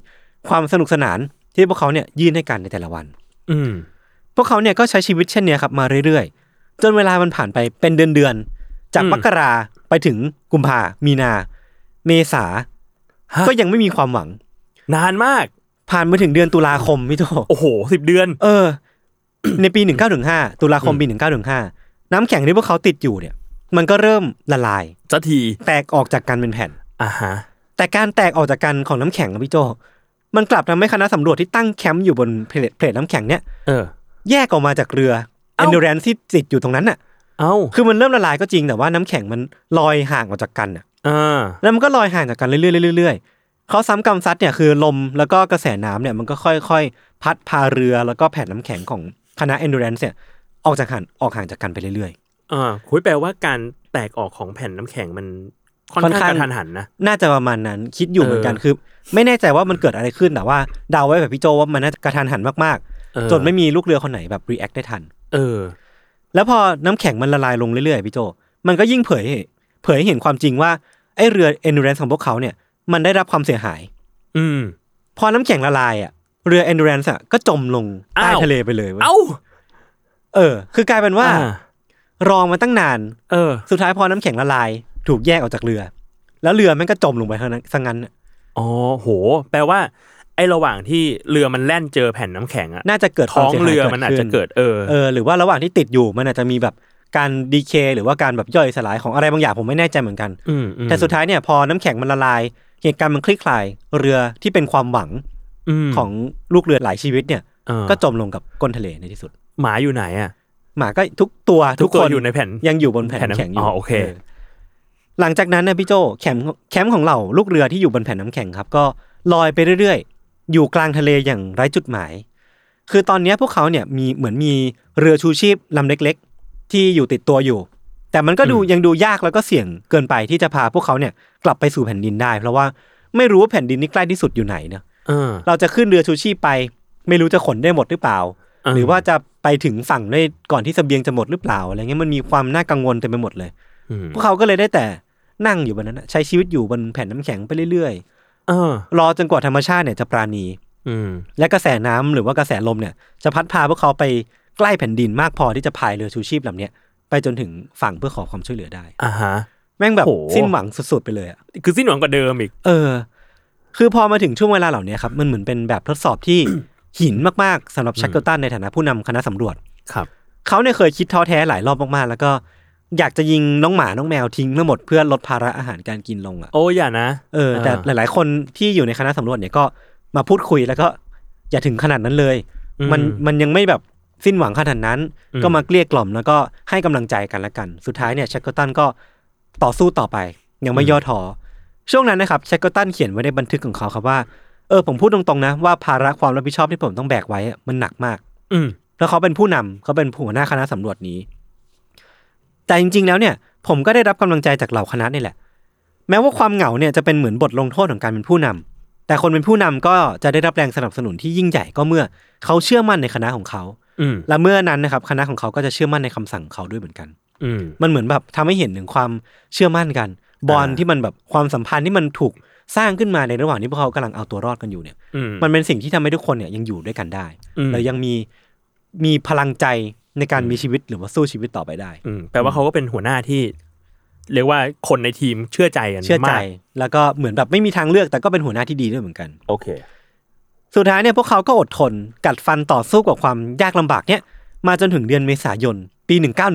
ความสนุกสนานที่พวกเขาเนี่ยยื่นให้กันในแต่ละวันพวกเขาเนี่ยก็ใช้ชีวิตเช่นนี้ครับมาเรื่อยๆจนเวลามันผ่านไปเป็นเดือนๆจากมกราไปถึงกุมภามีนาเมษาก็ยังไม่มีความหวังนานมากผ่านมาถึงเดือนตุลาคมพี่โตโอ้โห10 เดือนในปี1915ตุลาคมปี1915น้ำแข็งที่พวกเขาติดอยู่เนี่ยมันก็เริ่มละลายสักทีแตกออกจากกันเป็นแผ่นฮะแต่การแตกออกจากกันของน้ำแข็งนะพี่โจมันกลับทำให้คณะสำรวจที่ตั้งแคมป์อยู่บนเพลทน้ำแข็งเนี่ยแยกออกมาจากเรือ Endurance ที่ติดอยู่ตรงนั้นน่ะคือมันเริ่มละลายก็จริงแต่ว่าน้ำแข็งมันลอยห่างออกจากกันแล้วมันก็ลอยห่างจากกันเรื่อยๆเขาซ้ำกำซัดเนี่ยคือลมแล้วก็กระแสน้ำเนี่ยมันก็ค่อยๆพัดพาเรือแล้วก็แผ่นน้ำแข็งของคณะ Endurance เนี่ยออกห่างจากกันไปเรื่อยๆคุยแปลว่าการแตกออกของแผ่นน้ำแข็งมันค่อนข้างกระทันหันนะน่าจะประมาณนั้นคิดอยู่เหมือนกันคือไม่แน่ใจว่ามันเกิดอะไรขึ้นแต่ว่าเดาไว้แบบพี่โจว่ามันน่าจะกระทันหันมากๆจนไม่มีลูกเรือคนไหนแบบรีแอคได้ทันแล้วพอน้ำแข็งมันละลายลงเรื่อยๆพี่โจมันก็ยิ่งเผยให้เห็นความจริงว่าไอ้เรือ Endurance ของพวกเขาเนี่ยมันได้รับความเสียหายพอน้ำแข็งละลายอ่ะเรือ Endurance ก็จมลงใต้ทะเลไปเลยคือกลายเป็นว่ารอมาตั้งนานสุดท้ายพอน้ำแข็งละลายถูกแยกออกจากเรือแล้วเรือมันก็จมลงไปเท่านั้นซะงั้นโหแปลว่าไอ้ระหว่างที่เรือมันแล่นเจอแผ่นน้ำแข็งอ่ะน่าจะเกิดท้องเรือมันอาจจะเกิดหรือว่าระหว่างที่ติดอยู่มันอาจจะมีแบบการดีเคหรือว่าการแบบย่อยสลายของอะไรบางอย่างผมไม่แน่ใจเหมือนกันแต่สุดท้ายเนี่ยพอน้ำแข็งมันละลายเหตุการณ์มันคลี่คลายเรือที่เป็นความหวังของลูกเรือหลายชีวิตเนี่ยก็จมลงกับก้นทะเลในที่สุดหมาอยู่ไหนอ่ะหมาก็ทุกคนอยู่ในแผ่นยังอยู่บนแผ่นน้ำแข็งอยู่โอเคหลังจากนั้นนะพี่โจแคมป์ของเราลูกเรือที่อยู่บนแผ่นน้ำแข็งครับก็ลอยไปเรื่อยๆอยู่กลางทะเลอย่างไร้จุดหมายคือตอนนี้พวกเขาเนี่ยมีเรือชูชีพลำเล็กๆที่อยู่ติดตัวอยู่แต่มันก็ยังดูยากแล้วก็เสี่ยงเกินไปที่จะพาพวกเขาเนี่ยกลับไปสู่แผ่นดินได้เพราะว่าไม่รู้ว่าแผ่นดินนี้ใกล้ที่สุดอยู่ไหนเนาะเราจะขึ้นเรือชูชีพไปไม่รู้จะขนได้หมดหรือเปล่าหรือว่าจะไปถึงฝั่งได้ก่อนที่เสบียงจะหมดหรือเปล่าอะไรเงี้ยมันมีความน่ากังวลเต็มไปหมดเลยพวกเขาก็เลยได้แต่นั่งอยู่บนนั้นใช้ชีวิตอยู่บนแผ่นน้ำแข็งไปเรื่อยๆรอจนกว่าธรรมชาติเนี่ยจะปราณีและกระแสน้ำหรือว่ากระแสลมเนี่ยจะพัดพาพวกเขาไปใกล้แผ่นดินมากพอที่จะพายเรือชูชีพลำนี้ไปจนถึงฝั่งเพื่อขอความช่วยเหลือได้แม่งแบบสิ้นหวังสุดๆไปเลยอ่ะคือสิ้นหวังกว่าเดิมอีกคือพอมาถึงช่วงเวลาเหล่านี้ครับมันเหมือนเป็นแบบทดสอบที่ หินมากๆสำหรับชักเกิลตันในฐานะผู้นำคณะสำรวจเขาเนี่ยเคยคิดท้อแท้หลายรอบมากๆแล้วก็อยากจะยิงน้องหมาน้องแมวทิ้งทั้งหมดเพื่อลดภาระอาหารการกินลงอ่ะอย่านะแต่หลายๆคนที่อยู่ในคณะสำรวจเนี่ยก็มาพูดคุยแล้วก็อย่าถึงขนาดนั้นเลยมันยังไม่แบบสิ้นหวังขนาดนั้นก็มาเกลี้ยกล่อมแล้วก็ให้กำลังใจกันละกันสุดท้ายเนี่ยชักเกิลตันก็ต่อสู้ต่อไปยังไม่ย่อท้อช่วงนั้นนะครับชักเกิลตันเขียนไว้ในบันทึกของเขาครับว่าผมพูดตรงๆนะว่าภาระความรับผิดชอบที่ผมต้องแบกไว้มันหนักมากแล้วเขาเป็นผู้นำเขาเป็นหัวหน้าคณะสำรวจนี้แต่จริงๆแล้วเนี่ยผมก็ได้รับกำลังใจจากเหล่าคณะนี่แหละแม้ว่าความเหงาเนี่ยจะเป็นเหมือนบทลงโทษของการเป็นผู้นำแต่คนเป็นผู้นำก็จะได้รับแรงสนับสนุนที่ยิ่งใหญ่ก็เมื่อเขาเชื่อมั่นในคณะของเขาและเมื่อนั้นนะครับคณะของเขาก็จะเชื่อมั่นในคำสั่งของเขาด้วยเหมือนกันมันเหมือนแบบทำให้เห็นถึงความเชื่อมั่นกันบอนที่มันแบบความสัมพันธ์ที่มันถูกสร้างขึ้นมาในระหว่างที่พวกเขากำลังเอาตัวรอดกันอยู่เนี่ยมันเป็นสิ่งที่ทำให้ทุกคนเนี่ยยังอยู่ด้วยกันได้แล้วยังมีพลังใจในการมีชีวิตหรือว่าสู้ชีวิตต่อไปได้แปลว่าเขาก็เป็นหัวหน้าที่เรียกว่าคนในทีมเชื่อใจกันเชื่อใจแล้วก็เหมือนแบบไม่มีทางเลือกแต่ก็เป็นหัวหน้าที่ดีด้วยเหมือนกันโอเคสุดท้ายเนี่ยพวกเขาก็อดทนกัดฟันต่อสู้กับความยากลำบากเนี่ยมาจนถึงเดือนเมษายนปี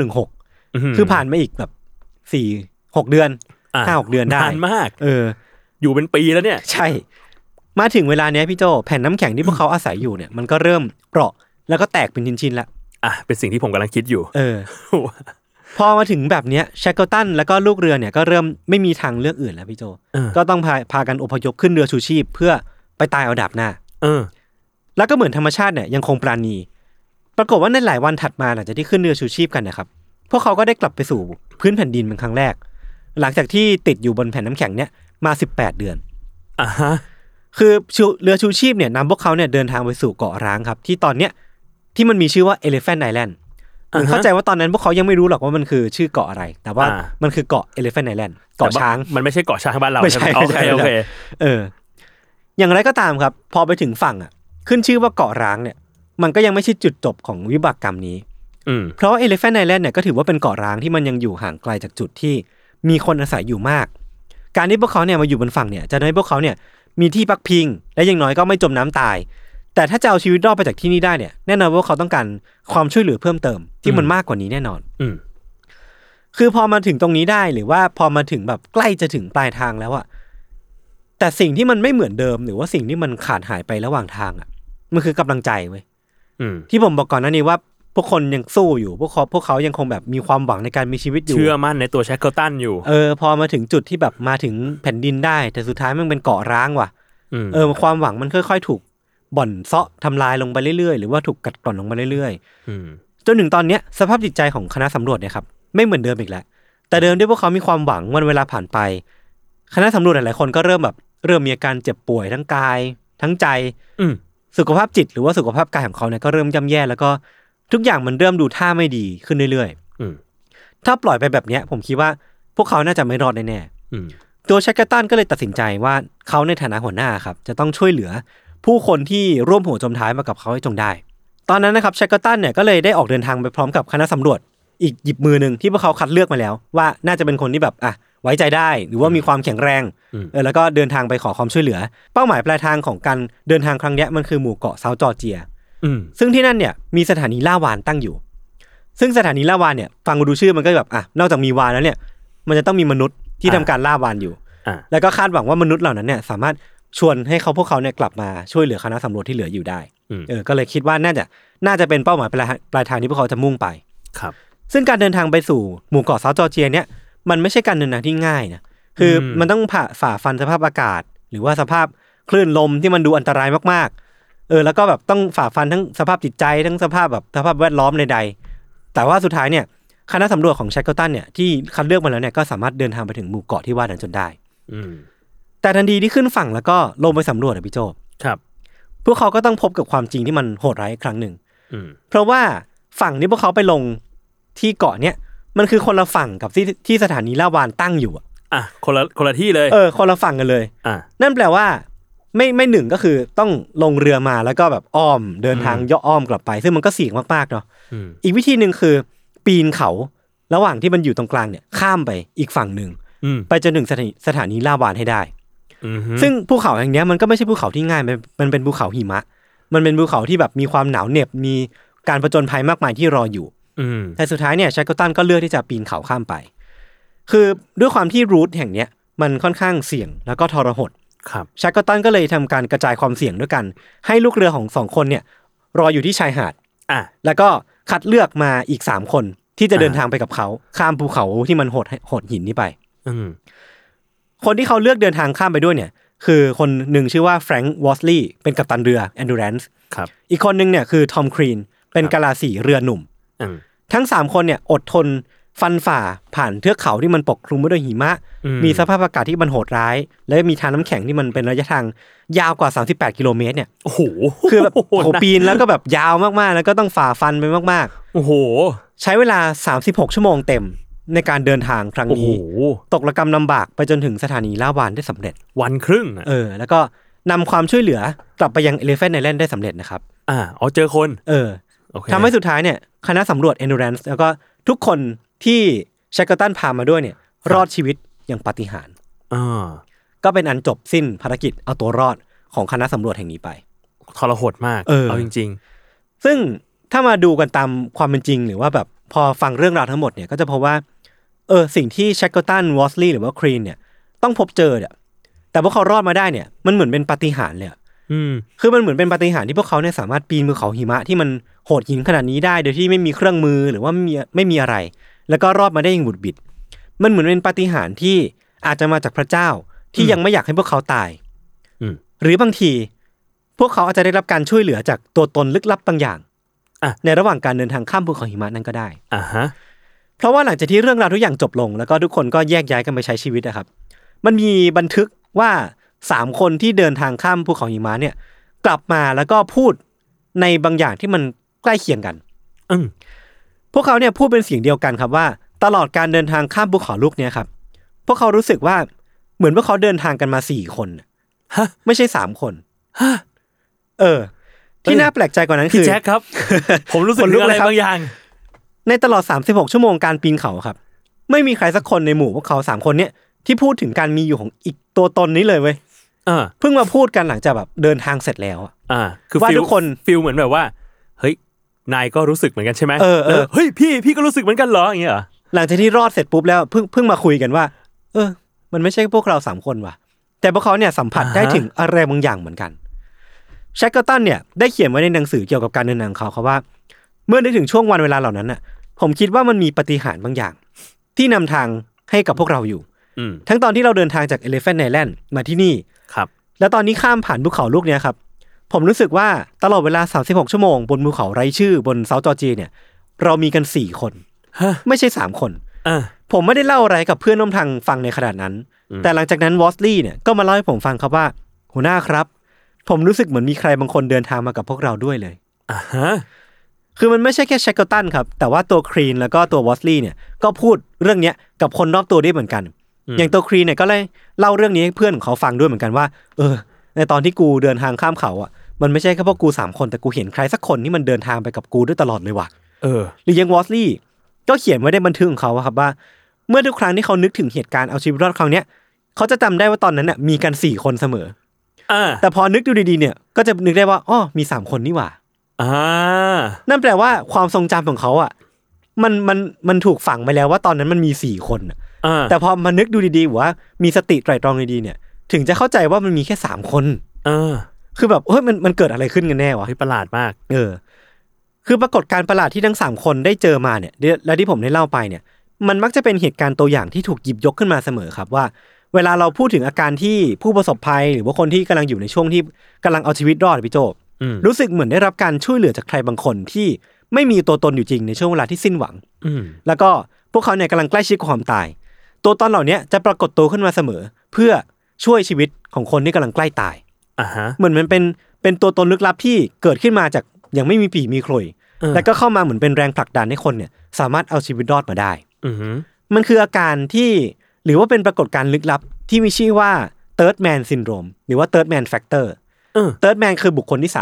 1916คือผ่านมาอีกแบบ 4-6 เดือน 5-6 เดือนได้นานมากอยู่เป็นปีแล้วเนี่ยใช่มาถึงเวลาเนี้ยพี่โจแผ่นน้ำแข็งที่พวกเขาอาศัยอยู่เนี่ยมันก็เริ่มเปราะแล้วก็แตกเป็นชิ้นๆแล้วเป็นสิ่งที่ผมกำลังคิดอยู่พอมาถึงแบบเนี้ยชักเกิลตันแล้วก็ลูกเรือเนี่ยก็เริ่มไม่มีทางเลือกอื่นแล้วพี่โจก็ต้องพากันอพยพขึ้นเรือชูชีพเพื่อไปตายเอาดาบหน้าแล้วก็เหมือนธรรมชาติเนี่ยยังคงปราณีปรากฏว่าในหลายวันถัดมาหลังจากที่ขึ้นเรือชูชีพกันนะครับพวกเขาก็ได้กลับไปสู่พื้นแผ่นดินเป็นครั้งแรกหลังจากที่ติดอยู่บนแผ่นน้ำแข็งเนี่ยมา18เดือนคือเรือชูชีพเนี่ยนำพวกเขาเนี่ยเดินทางไปสู่เกาะร้างครับที่ตอนเนี้ยที่มันมีชื่อว่า Elephant Island เข้าใจว่าตอนนั้นพวกเขายังไม่รู้หรอกว่ามันคือชื่อเกาะอะไรแต่ว่ามันคือเกาะ Elephant Island เกาะช้างมันไม่ใช่เกาะช้างบ้านเราไม่ใช่โอเคอย่างไรก็ตามครับพอไปถึงฝั่งอ่ะขึ้นชื่อว่าเกาะร้างเนี่ยมันก็ยังไม่ใช่จุดจบของวิบากกรรมนี้เพราะว่า Elephant Island เนี่ยก็ถือว่าเป็นเกาะร้างที่มันยังอยู่ห่างไกลจากจุดที่มีคนอาศัยอยู่มากการที่พวกเขาเนี่ยมาอยู่บนฝั่งเนี่ยจะทำให้พวกเขาเนี่ยมีที่พักพิงและอย่างน้อยก็ไม่จมน้ำตายแต่ถ้าจะเอาชีวิตรอดไปจากที่นี่ได้เนี่ยแน่นอนว่าเขาต้องการความช่วยเหลือเพิ่มเติมที่มันมากกว่านี้แน่นอนคือพอมาถึงตรงนี้ได้หรือว่าพอมาถึงแบบใกล้จะถึงปลายทางแล้วอะแต่สิ่งที่มันไม่เหมือนเดิมหรือว่าสิ่งที่มันขาดหายไประหว่างทางอะมันคือกำลังใจเว้ยที่ผมบอกก่อนหน้านี้ว่าพวกคนยังสู้อยู่พวกเขายังคงแบบมีความหวังในการมีชีวิตอยู่เชื่อมั่นในตัวแชคเกิลตันอยู่พอมาถึงจุดที่แบบมาถึงแผ่นดินได้แต่สุดท้ายมันเป็นเกาะร้างว่ะความหวังมันค่อยๆถูกบ่อนเซาะทำลายลงไปเรื่อยๆหรือว่าถูกกัดกร่อนลงไปเรื่อยๆจนถึงตอนเนี้ยสภาพจิตใจของคณะสำรวจเนี่ยครับไม่เหมือนเดิมอีกแล้วแต่เดิมที่พวกเขามีความหวังวันเวลาผ่านไปคณะสำรวจหลายๆคนก็เริ่มมีอาการเจ็บป่วยทั้งกายทั้งใจสุขภาพจิตหรือว่าสุขภาพกายของเขาเนี่ยก็เริ่มย่ำแย่แล้วก็ทุกอย่างมันเริ่มดูท่าไม่ดีขึ้นเรื่อยๆถ้าปล่อยไปแบบนี้ผมคิดว่าพวกเขาน่าจะไม่รอดแน่ๆตัวแชคเกิลตันก็เลยตัดสินใจว่าเขาในฐานะหัวหน้าครับจะต้องช่วยเหลือผู้คนที่ร่วมหัวจมท้ายมากับเขาให้จงได้ตอนนั้นนะครับแชคเกิลตันเนี่ยก็เลยได้ออกเดินทางไปพร้อมกับคณะสำรวจอีกหยิบมือนึงที่พวกเขาคัดเลือกมาแล้วว่าน่าจะเป็นคนที่แบบไว้ใจได้หรือว่ามีความแข็งแรงแล้วก็เดินทางไปขอความช่วยเหลือเป้าหมายปลายทางของการเดินทางครั้งนี้มันคือหมู่เกาะเซาท์จอร์เจียซึ่งที่นั่นเนี่ยมีสถานีล่าวาฬตั้งอยู่ซึ่งสถานีล่าวาฬเนี่ยฟังดูชื่อมันก็แบบนอกจากมีวาฬแล้วเนี่ยมันจะต้องมีมนุษย์ที่ทำการล่าวาฬอยู่แล้วก็คาดหวังว่ามนุษย์เหล่านั้นเนี่ยสามารถชวนให้พวกเขาเนี่ยกลับมาช่วยเหลือคณะสำรวจที่เหลืออยู่ได้ก็เลยคิดว่าน่าจะเป็นเป้าหมายปลายทางที่พวกเขาจะมุ่งไปครับซึ่งการเดินทางไปสู่หมู่เกาะเซาท์จอร์เจียเนี่ยมันไม่ใช่การเดินทางที่ง่ายนะคือมันต้องฝ่าฟันสภาพอากาศหรือว่าสภาพคลื่นลมที่มันดูอันตรายมากๆแล้วก็แบบต้องฝ่าฟันทั้งสภาพจิตใจทั้งสภาพแวดล้อมใดๆแต่ว่าสุดท้ายเนี่ยคณะสำรวจของแชคเกิลตันเนี่ยที่คัดเลือกมาแล้วเนี่ยก็สามารถเดินทางไปถึงหมู่เกาะที่ว่านั้นจนได้แต่ทันทีที่ขึ้นฝั่งแล้วก็ลงไปสำรวจพี่โจครับพวกเขาก็ต้องพบกับความจริงที่มันโหดร้ายอีกครั้งหนึ่งเพราะว่าฝั่งที่พวกเขาไปลงที่เกาะเนี่ยมันคือคนละฝั่งกับที่สถานีล่าวาฬตั้งอยู่คนละที่เลยคนละฝั่งกันเลยนั่นแปลว่าไม่หนึ่งก็คือต้องลงเรือมาแล้วก็แบบอ้อมเดินทางย่ออ้อมกลับไปซึ่งมันก็เสี่ยงมากๆเนาะอีกวิธีนึงคือปีนเขาระหว่างที่มันอยู่ตรงกลางเนี่ยข้ามไปอีกฝั่งนึงไปจนถึงสถานีล่าวาฬให้ได้ซึ่งภูเขาแห่งนี้มันก็ไม่ใช่ภูเขาที่ง่ายมันเป็นภูเขาหิมะมันเป็นภูเขาที่แบบมีความหนาวเหน็บมีการผจญภัยมากมายที่รออยู่แต่สุดท้ายเนี่ยแชคเกิลตันก็เลือกที่จะปีนเขาข้ามไปคือด้วยความที่รูทแห่งเนี้ยมันค่อนข้างเสี่ยงแล้วก็ทรหดแชคเกิลตันก็เลยทำการกระจายความเสี่ยงด้วยกันให้ลูกเรือของ2คนเนี่ยรออยู่ที่ชายหาดแล้วก็คัดเลือกมาอีก3คนที่จะเดินทางไปกับเขาข้ามภูเขาที่มันโหดหินนี้ไปคนที่เขาเลือกเดินทางข้ามไปด้วยเนี่ยคือคนหนึ่งชื่อว่าแฟรงค์วอสลีย์เป็นกัปตันเรือ Endurance อีกคนนึงเนี่ยคือทอมครีนเป็นกะลาสีเรือหนุ่มทั้ง3คนเนี่ยอดทนฟันฝ่าผ่านเทือกเขาที่มันปกคลุมไปด้วยหิมะมีสภาพอากาศที่มันโหดร้ายและมีทางน้ำแข็งที่มันเป็นระยะทางยาวกว่า38กิโลเมตรเนี่ยโอ้โหคือแบบปีนแล้วก็แบบยาวมากๆแล้วก็ต้องฝ่าฟันไปมากๆโอ้โหใช้เวลา36ชั่วโมงเต็มในการเดินทางครั้งนี้ตกระกำลำบากไปจนถึงสถานีล่าวาฬได้สำเร็จวันครึ่งแล้วก็นำความช่วยเหลือกลับไปยัง Elephant Island ได้สำเร็จนะครับเจอคนทำให้สุดท้ายเนี่ยคณะสำรวจ Endurance แล้วก็ทุกคนที่แชคเกิลตันพามาด้วยเนี่ยรอดชีวิตอย่างปาฏิหาริย์ก็เป็นอันจบสิ้นภารกิจเอาตัวรอดของคณะสำรวจแห่งนี้ไปทรหดมากเอาจริงๆซึ่งถ้ามาดูกันตามความเป็นจริงหรือว่าแบบพอฟังเรื่องราวทั้งหมดเนี่ยก็จะพบว่าสิ่งที่แชคเกิลตันวอสลีย์หรือว่าครีนเนี่ยต้องพบเจอเนี่ยแต่พวกเขารอดมาได้เนี่ยมันเหมือนเป็นปาฏิหาริย์เลยคือมันเหมือนเป็นปาฏิหาริย์ที่พวกเขาเนี่ยสามารถปีนภูเขาหิมะที่มันโหดหินขนาดนี้ได้โดยที่ไม่มีเครื่องมือหรือว่าไม่มีอะไรแล้วก็รอดมาได้อย่างบุดบิดมันเหมือนเป็นปาฏิหาริย์ที่อาจจะมาจากพระเจ้าที่ยังไม่อยากให้พวกเขาตายหรือบางทีพวกเขาอาจจะได้รับการช่วยเหลือจากตัวตนลึกลับบางอย่างในระหว่างการเดินทางข้ามภูเขาหิมะนั้นก็ได้เพราะว่าหลังจากที่เรื่องราวทุกอย่างจบลงแล้วก็ทุกคนก็แยกย้ายกันไปใช้ชีวิตนะครับมันมีบันทึกว่า3คนที่เดินทางข้ามภูเขาหิมะเนี่ยกลับมาแล้วก็พูดในบางอย่างที่มันใกล้เคียงกันพวกเขาเนี่ยพูดเป็นเสียงเดียวกันครับว่าตลอดการเดินทางข้ามภูเขาลูกนี้ครับพวกเขารู้สึกว่าเหมือนพวกเขาเดินทางกันมา4คนไม่ใช่3คนที่น่าแปลกใจกว่านั้นคือพี่แจ็คครับ ผมรู้สึกถึงอะไรบางอย่างในตลอด36ชั่วโมงการปีนเขาครับไม่มีใครสักคนในหมู่พวกเขา3คนเนี้ยที่พูดถึงการมีอยู่ของอีกตัวตนนี้เลยเว้ยเพิ่งมาพูดกันหลังจากแบบเดินทางเสร็จแล้วคือว่าทุกคนฟีลเหมือนแบบว่าเฮ้ยนายก็รู้สึกเหมือนกันใช่ไหมเฮ้ยพี่ก็รู้สึกเหมือนกันเหรออย่างเงี้ยหลังจากที่รอดเสร็จปุ๊บแล้วเพิ่งมาคุยกันว่ามันไม่ใช่พวกเรา3คนว่ะแต่พวกเขาเนี่ยสัมผัสได้ถึงอะไรบางอย่างเหมือนกันแชคเกอร์ตันเนี่ยได้เขียนไว้ในหนังสือเกี่ยวกับการเดินทางของเขาว่าเมื่อนึกถึงช่วงวันเวลาเหล่านั้นน่ะผมคิดว่ามันมีปาฏิหาริย์บางอย่างที่นำทางให้กับพวกเราอยู่ทั้งตอนที่เราเดินทางจาก Elephant Island มาที่นี่ครับแล้วตอนนี้ข้ามผ่านภูเขาลูกนี้ครับผมรู้สึกว่าตลอดเวลา36ชั่วโมงบนภูเขาไร้ชื่อบนเซาท์จอร์เจียเนี่ยเรามีกัน4คนไม่ใช่3คนผมไม่ได้เล่าอะไรกับเพื่อนร่วมทางฟังในขนาดนั้นแต่หลังจากนั้นวอสลีย์เนี่ยก็มาเล่าให้ผมฟังครับว่าหัวหน้าครับผมรู้สึกเหมือนมีใครบางคนเดินทางมากับพวกเราด้วยเลยคือมันไม่ใช่แค่แชคเกอร์ตันครับแต่ว่าตัวครีนแล้วก็ตัววอสลีย์เนี่ยก็พูดเรื่องนี้กับคนรอบตัวได้เหมือนกันอย่างตัวครีนเนี่ยก็เลยเล่าเรื่องนี้ให้เพื่อนของเขาฟังด้วยเหมือนกันว่าในตอนที่กูเดินทางข้ามเขาอ่ะมันไม่ใช่แค่พวกกู3คนแต่กูเห็นใครสักคนที่มันเดินทางไปกับกูด้วยตลอดเลยว่ะหรือยังวอสลีย์ก็เขียนไว้ในบันทึกของเขาครับว่าเมื่อทุกครั้งที่เขานึกถึงเหตุการณ์เอาชีวิตรอดครั้งเนี้ยเขาจะจำได้ว่าตอนนั้นน่ะมีกัน4คนเสมอแต่พอนึกดูดีๆเนี่ยก็จะนึกได้ว่าอ้อมี3คนนี่หว่านั่นแปลว่าความทรงจำของเขาอ่ะมันถูกฝังไปแล้วว่าตอนนั้นมันมี4คนแต่พอมานึกดูดีๆว่ามีสติไตร่ตรองดีๆเนี่ยถึงจะเข้าใจว่ามันมีแค่3คนคือแบบเฮ้ยมันเกิดอะไรขึ้นกันแน่วะประหลาดมากคือปรากฏการณ์ประหลาดที่ทั้ง3คนได้เจอมาเนี่ยและที่ผมได้เล่าไปเนี่ยมันมักจะเป็นเหตุการณ์ตัวอย่างที่ถูกหยิบยกขึ้นมาเสมอครับว่าเวลาเราพูดถึงอาการที่ผู้ประสบภัยหรือว่าคนที่กำลังอยู่ในช่วงที่กำลังเอาชีวิตรอดพี่โจรู้สึกเหมือนได้รับการช่วยเหลือจากใครบางคนที่ไม่มีตัวตนอยู่จริงในช่วงเวลาที่สิ้นหวังแล้วก็พวกเขาเนี่ยกำลังใกล้ชิดกับความตายตัวตนเหล่านี้จะปรากฏตัวขึ้นมาเสมอเพื่อช่วยชีวิตของคนที่กำลังใกล้ตายเหมือนมันเป็นตัวตนลึกลับที่เกิดขึ้นมาจากยังไม่มีปีมีขลุ่ยแล้วก็เข้ามาเหมือนเป็นแรงผลักดันให้คนเนี่ยสามารถเอาชีวิตรอดมาได้มันคืออาการที่หรือว่าเป็นปรากฏการณ์ลึกลับที่มีชื่อว่า Third Man Syndrome หรือว่า Third Man Factor Third Man คือบุคคลที่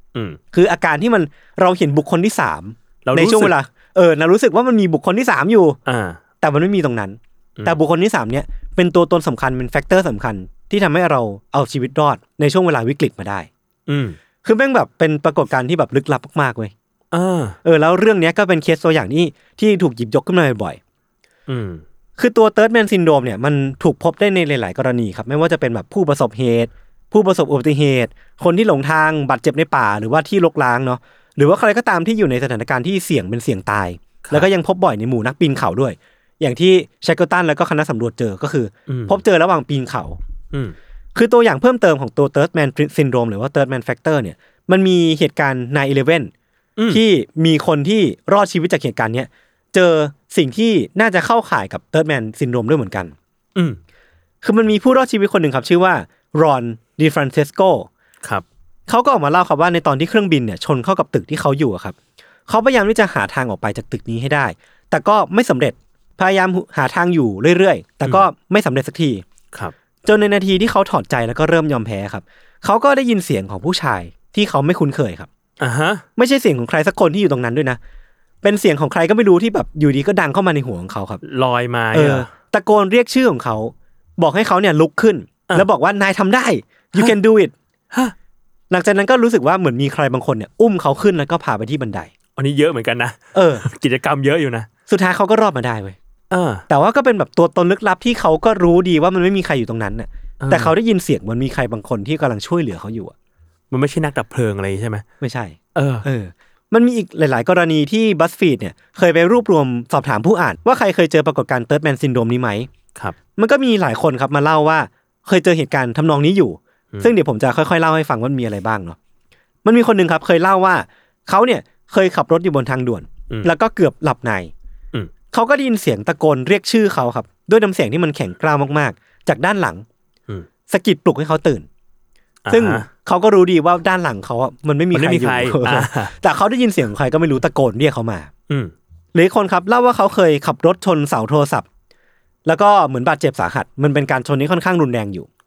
3คืออาการที่มันเราเห็นบุคคลที่3ในช่วงเวลาเรารู้สึกว่ามันมีบุคคลที่3อยู่แต่มันไม่มีตรงนั้นแต่บุคคลที่3เนี่ยเป็นตัวตนสำคัญเป็นแฟกเตอร์สำคัญที่ทำให้เราเอาชีวิตรอดในช่วงเวลาวิกฤตมาได้คือแม่งแบบเป็นปรากฏการณ์ที่แบบลึกลับมากๆเว้ยแล้วเรื่องนี้ก็เป็นเคสตัวอย่างที่ถูกหยิบยกขึ้นมาบ่อยคือตัว Third Man Syndrome เนี่ยมันถูกพบได้ในหลายๆกรณีครับไม่ว่าจะเป็นแบบผู้ประสบเหตุผู้ประสบอุบัติเหตุคนที่หลงทางบาดเจ็บในป่าหรือว่าที่รกร้างเนาะหรือว่าใครก็ตามที่อยู่ในสถานการณ์ที่เสี่ยงเป็นเสี่ยงตายแล้วก็ยังพบบ่อยในหมู่นักปีนเขาด้วยอย่างที่แชคเกอร์ตันแล้วก็คณะสำรวจเจอก็คือพบเจอระหว่างปีนเขาคือตัวอย่างเพิ่มเติมของตัว Third Man Syndrome หรือว่า Third Man Factor เนี่ยมันมีเหตุการณ์ 9/11 ที่มีคนที่รอดชีวิตจากเหตุการณ์เนี้ยเจอสิ่งที่น่าจะเข้าข่ายกับ Third Man Syndrome ด้วยเหมือนกันคือมันมีผู้รอดชีวิตคนหนึ่งครับชื่อว่ารอนดิฟรานเซสโกครับเขาก็ออกมาเล่าครับว่าในตอนที่เครื่องบินเนี่ยชนเข้ากับตึกที่เขาอยู่ครับเขาพยายามที่จะหาทางออกไปจากตึกนี้ให้ได้แต่ก็ไม่สำเร็จพยายามหาทางอยู่เรื่อยๆแต่ก็ไม่สำเร็จสักทีครับจนในนาทีที่เขาถอดใจแล้วก็เริ่มยอมแพ้ครับเขาก็ได้ยินเสียงของผู้ชายที่เขาไม่คุ้นเคยครับไม่ใช่เสียงของใครสักคนที่อยู่ตรงนั้นด้วยนะเป็นเสียงของใครก็ไม่รู้ที่แบบอยู่ดีก็ดังเข้ามาในหัวของเขาครับลอยมาตะโกนเรียกชื่อของเขาบอกให้เขาเนี่ยลุกขึ้นแล้วบอกว่านายทำได้ you can do it หลังจากนั้นก็รู้สึกว่าเหมือนมีใครบางคนเนี่ยอุ้มเขาขึ้นแล้วก็พาไปที่บันไดอันนี้เยอะเหมือนกันนะกิจกรรมเยอะอยู่นะสุดท้ายเขาก็รอดมาได้เว้ยแต่ว่าก็เป็นแบบตัวตนลึกลับที่เขาก็รู้ดีว่ามันไม่มีใครอยู่ตรงนั้นน่ะแต่เขาได้ยินเสียงมันมีใครบางคนที่กำลังช่วยเหลือเขาอยู่มันไม่ใช่นักดับเพลิงอะไรใช่ไหมไม่ใช่มันมีอีกหลายๆกรณีที่ BuzzFeed เนี่ยเคยไปรวบรวมสอบถามผู้อ่านว่าใครเคยเจอปรากฏการณ์ Third Man Syndrome นี้ไหมครับมันก็มีหลายคนครับมาเล่าว่าเคยเจอเหตุการณ์ทำนองนี้อยู่ซึ่งเดี๋ยวผมจะค่อยๆเล่าให้ฟังว่ามีอะไรบ้างเนาะมันมีคนนึงครับเคยเล่าว่าเขาเนี่ยเคยขับรถอยู่บนทางด่วนแล้วก็เกือบหลับในเขาก็ได้ยินเสียงตะโกนเรียกชื่อเขาครับด้วยน้ำเสียงที่มันแข็งกร้าวมากๆจากด้านหลังสะกิดปลุกให้เขาตื่นซึ่งเขาก็รู้ดีว่าด้านหลังเขาอ่ะมันไม่มีใครอยู่แต่เขาได้ยินเสียงของใครก็ไม่รู้ตะโกนเรียกเขามาหรือคนครับเล่าว่าเขาเคยขับรถชนเสาโทรศัพท์แล้วก็เหมือนบาดเจ็บสาหัสมันเป็นการชนที่ค่อนข้างรุนแรงอยู่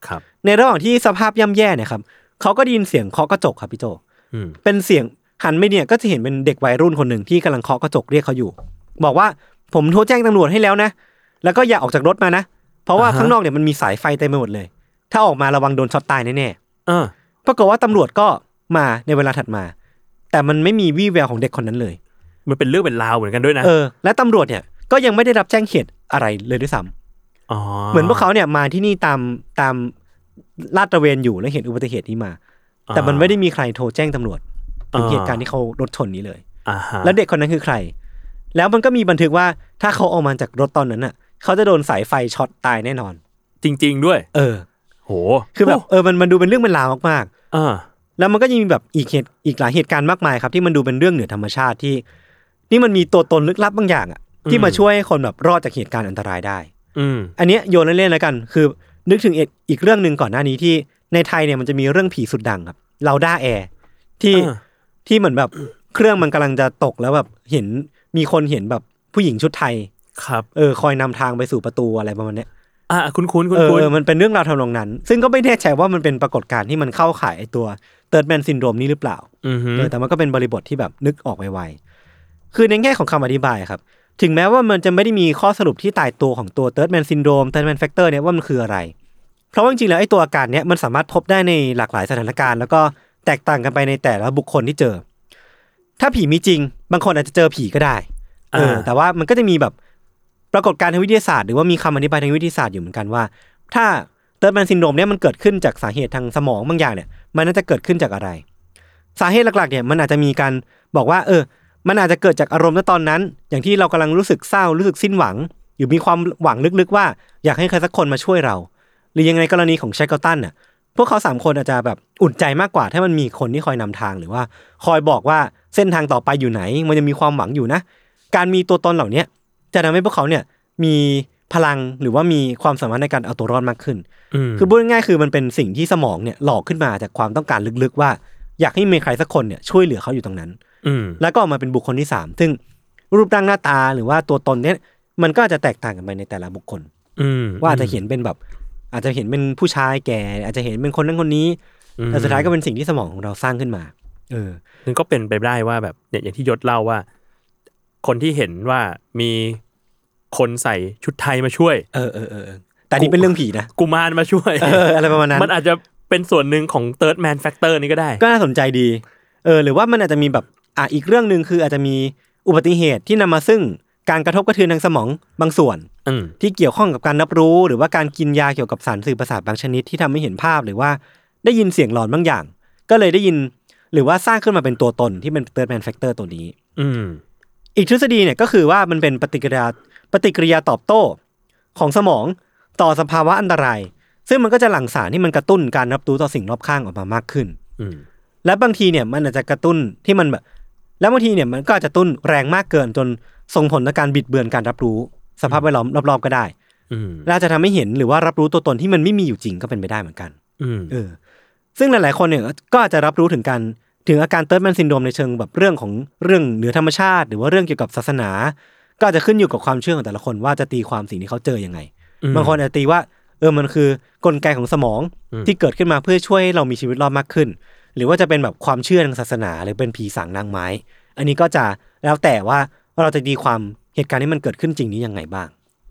ครับในระหว่างที่สภาพย่ำแย่เนี่ยครับเขาก็ได้ยินเสียงเคาะกระจกครับพี่โจเป็นเสียงหันไปเนี่ยก็จะเห็นเป็นเด็กวัยรุ่นคนหนึ่งที่กำลังเคาะกระจกเรียกเขาอยู่บอกว่าผมโทรแจ้งตำรวจให้แล้วนะแล้วก็อย่าออกจากรถมานะเพราะว่าข้างนอกเนี่ยมันมีสายไฟเต็มไปหมดเลยถ้าออกมาระวังโดนช็อตตายแน่ๆปรากฏว่าตำรวจก็มาในเวลาถัดมาแต่มันไม่มีวี่แววของเด็กคนนั้นเลยมันเป็นเรื่องเป็นราวเหมือนกันด้วยนะและตำรวจเนี่ยก็ยังไม่ได้รับแจ้งเหตุอะไรเลยด้วยซ้ำเหมือนพวกเขาเนี่ยมาที่นี่ตามลาดตระเวนอยู่แล้วเห็นอุบัติเหตุนี้มาแต่มันไม่ได้มีใครโทรแจ้งตำรวจถึงเหตุการณ์ที่เขารถชนนี้เลยแล้วเด็กคนนั้นคือใครแล้วมันก็มีบันทึกว่าถ้าเขาออกมาจากรถตอนนั้นน่ะเขาจะโดนสายไฟช็อตตายแน่นอนจริงๆด้วยโหคือแบบมันดูเป็นเรื่องเป็นราวมากๆแล้วมันก็ยังมีแบบอีกหลายเหตุการณ์มากมายครับที่มันดูเป็นเรื่องเหนือธรรมชาติที่นี่มันมีตัวตนลึกลับบางอย่างอ่ะที่มาช่วยให้คนแบบรอดจากเหตุการณ์อันตรายได้อันนี้โยนเล่นๆแล้วกันคือนึกถึงอีกเรื่องนึงก่อนหน้านี้ที่ในไทยเนี่ยมันจะมีเรื่องผีสุดดังครับเราด้าแอร์ที่เหมือนแบบเครื่องมันกำลังจะตกแล้วแบบมีคนเห็นแบบผู้หญิงชุดไทยครับคอยนำทางไปสู่ประตูอะไรประมาณนี้คุ้นมันเป็นเรื่องราวทำนองนั้นซึ่งก็ไม่แน่ใจว่ามันเป็นปรากฏการณ์ที่มันเข้าข่ายไอ้ตัว Third Man Syndrome นี่หรือเปล่าแต่มันก็เป็นบริบทที่แบบนึกออกไวๆคือในแง่ของคำอธิบายครับถึงแม้ว่ามันจะไม่ได้มีข้อสรุปที่ตายตัวของตัว Third Man Syndrome Third Man Factor เนี่ยว่ามันคืออะไรเพราะว่าจริงๆแล้วไอ้ตัวอาการเนี้ยมันสามารถพบได้ในหลากหลายสถานการณ์แล้วก็แตกต่างกันไปในแต่ละบุคคลที่เจอถ้าผีมีจริงบางคนอาจจะเจอผีก็ได้แต่ว่ามันก็จะมีแบบปรากฏการณ์ทางวิทยาศาสตร์หรือว่ามีคำอธิบายทางวิทยาศาสตร์อยู่เหมือนกันว่าถ้า Third Man Syndrome เนี่ยมันเกิดขึ้นจากสาเหตุทางสมองบางอย่างเนี่ยมันน่าจะเกิดขึ้นจากอะไรสาเหตุหลักๆเนี่ยมันอาจจะมีการบอกว่ามันอาจจะเกิดจากอารมณ์ณตอนนั้นอย่างที่เรากำลังรู้สึกเศร้ารู้สึกสิ้นหวังอยู่มีความหวังลึกๆว่าอยากให้ใครสักคนมาช่วยเราหรือยังในกรณีของแชคเกิลตันน่ะพวกเขา3คนอาจจะแบบอุ่นใจมากกว่าถ้ามันมีคนที่คอยนำทางหรือว่าคอยบอกว่าเส้นทางต่อไปอยู่ไหนมันจะมีความหวังอยู่นะการมีตัวตนเหล่านี้จะทำให้พวกเขาเนี่ยมีพลังหรือว่ามีความสามารถในการเอาตัวรอดมากขึ้นคือพูดง่ายๆคือมันเป็นสิ่งที่สมองเนี่ยหลอกขึ้นมาจากความต้องการลึกๆว่าอยากให้มีใครสักคนเนี่ยช่วยเหลือเขาอยู่ตรงนั้นแล้วก็ออกมาเป็นบุคคลที่3ซึ่งรูปร่างหน้าตาหรือว่าตัวตนเนี่ยมันก็อาจจะแตกต่างกันไปในแต่ละบุคคลว่าอาจจะเห็นเป็นแบบอาจจะเห็นเป็นผู้ชายแก่อาจจะเห็นเป็นคนนั้นคนนี้แต่สุดท้ายก็เป็นสิ่งที่สมองของเราสร้างขึ้นมามันก็เป็นไปได้ว่าแบบเนี่ยอย่างที่ยศเล่าว่าคนที่เห็นว่ามีคนใส่ชุดไทยมาช่วยแต่นี่เป็นเรื่องผีนะกุมารมาช่วยอะไรประมาณนั้นมันอาจจะเป็นส่วนหนึ่งของ Third Man Factor นี่ก็ได้ก็น่าสนใจดีหรือว่ามันอาจจะมีแบบอีกเรื่องนึงคืออาจจะมีอุบัติเหตุที่นำมาซึ่งการกระทบกระเทือนทางสมองบางส่วนที่เกี่ยวข้องกับการรับรู้หรือว่าการกินยาเกี่ยวกับสารสื่อประสาทบางชนิดที่ทำให้เห็นภาพหรือว่าได้ยินเสียงหลอนบางอย่างก็เลยได้ยินหรือว่าสร้างขึ้นมาเป็นตัวตนที่เป็น Third Man Factor ตัวนี้อีกทฤษฎีเนี่ยก็คือว่ามันเป็นปฏิกิริยาตอบโต้ของสมองต่อสภาวะอันตรายซึ่งมันก็จะหลั่งสารที่มันกระตุ้นการรับรู้ต่อสิ่งรอบข้างออกมามากขึ้นและบางทีเนี่ยมันอาจจะกระตุ้นที่มันแบบแล้วบางทีเนี่ยมันก็อาจจะตุ้นแรงมากเกินจนส่งผลต่อการบิดเบือนการรับรู้สภาพแวดล้อมรอบๆก็ได้และจะทำให้เห็นหรือว่ารับรู้ตัวตนที่มันไม่มีอยู่จริงก็เป็นไปได้เหมือนกันซึ่งหลายๆคนเนี่ยก็อาจจะรับรู้ถึงอาการ Third Man Syndrome ในเชิงแบบเรื่องเหนือธรรมชาติหรือว่าเรื่องเกี่ยวกับศาสนาก็อาจจะขึ้นอยู่กับความเชื่อของแต่ละคนว่าจะตีความสิ่งที่เขาเจอยังไงบางคนอาจจะตีว่ามันคือกลไกของสมองที่เกิดขึ้นมาเพื่อช่วยให้เรามีชีวิตรอดมากขึ้นหรือว่าจะเป็นแบบความเชื่อทางศาสนาหรือเป็นผีสางนางไม้อันนี้ก็จะแล้วแต่ว่าเราจะตีความเหตุการณ์ที่มันเกิดขึ้นจริงนี้ยังไงบ้าง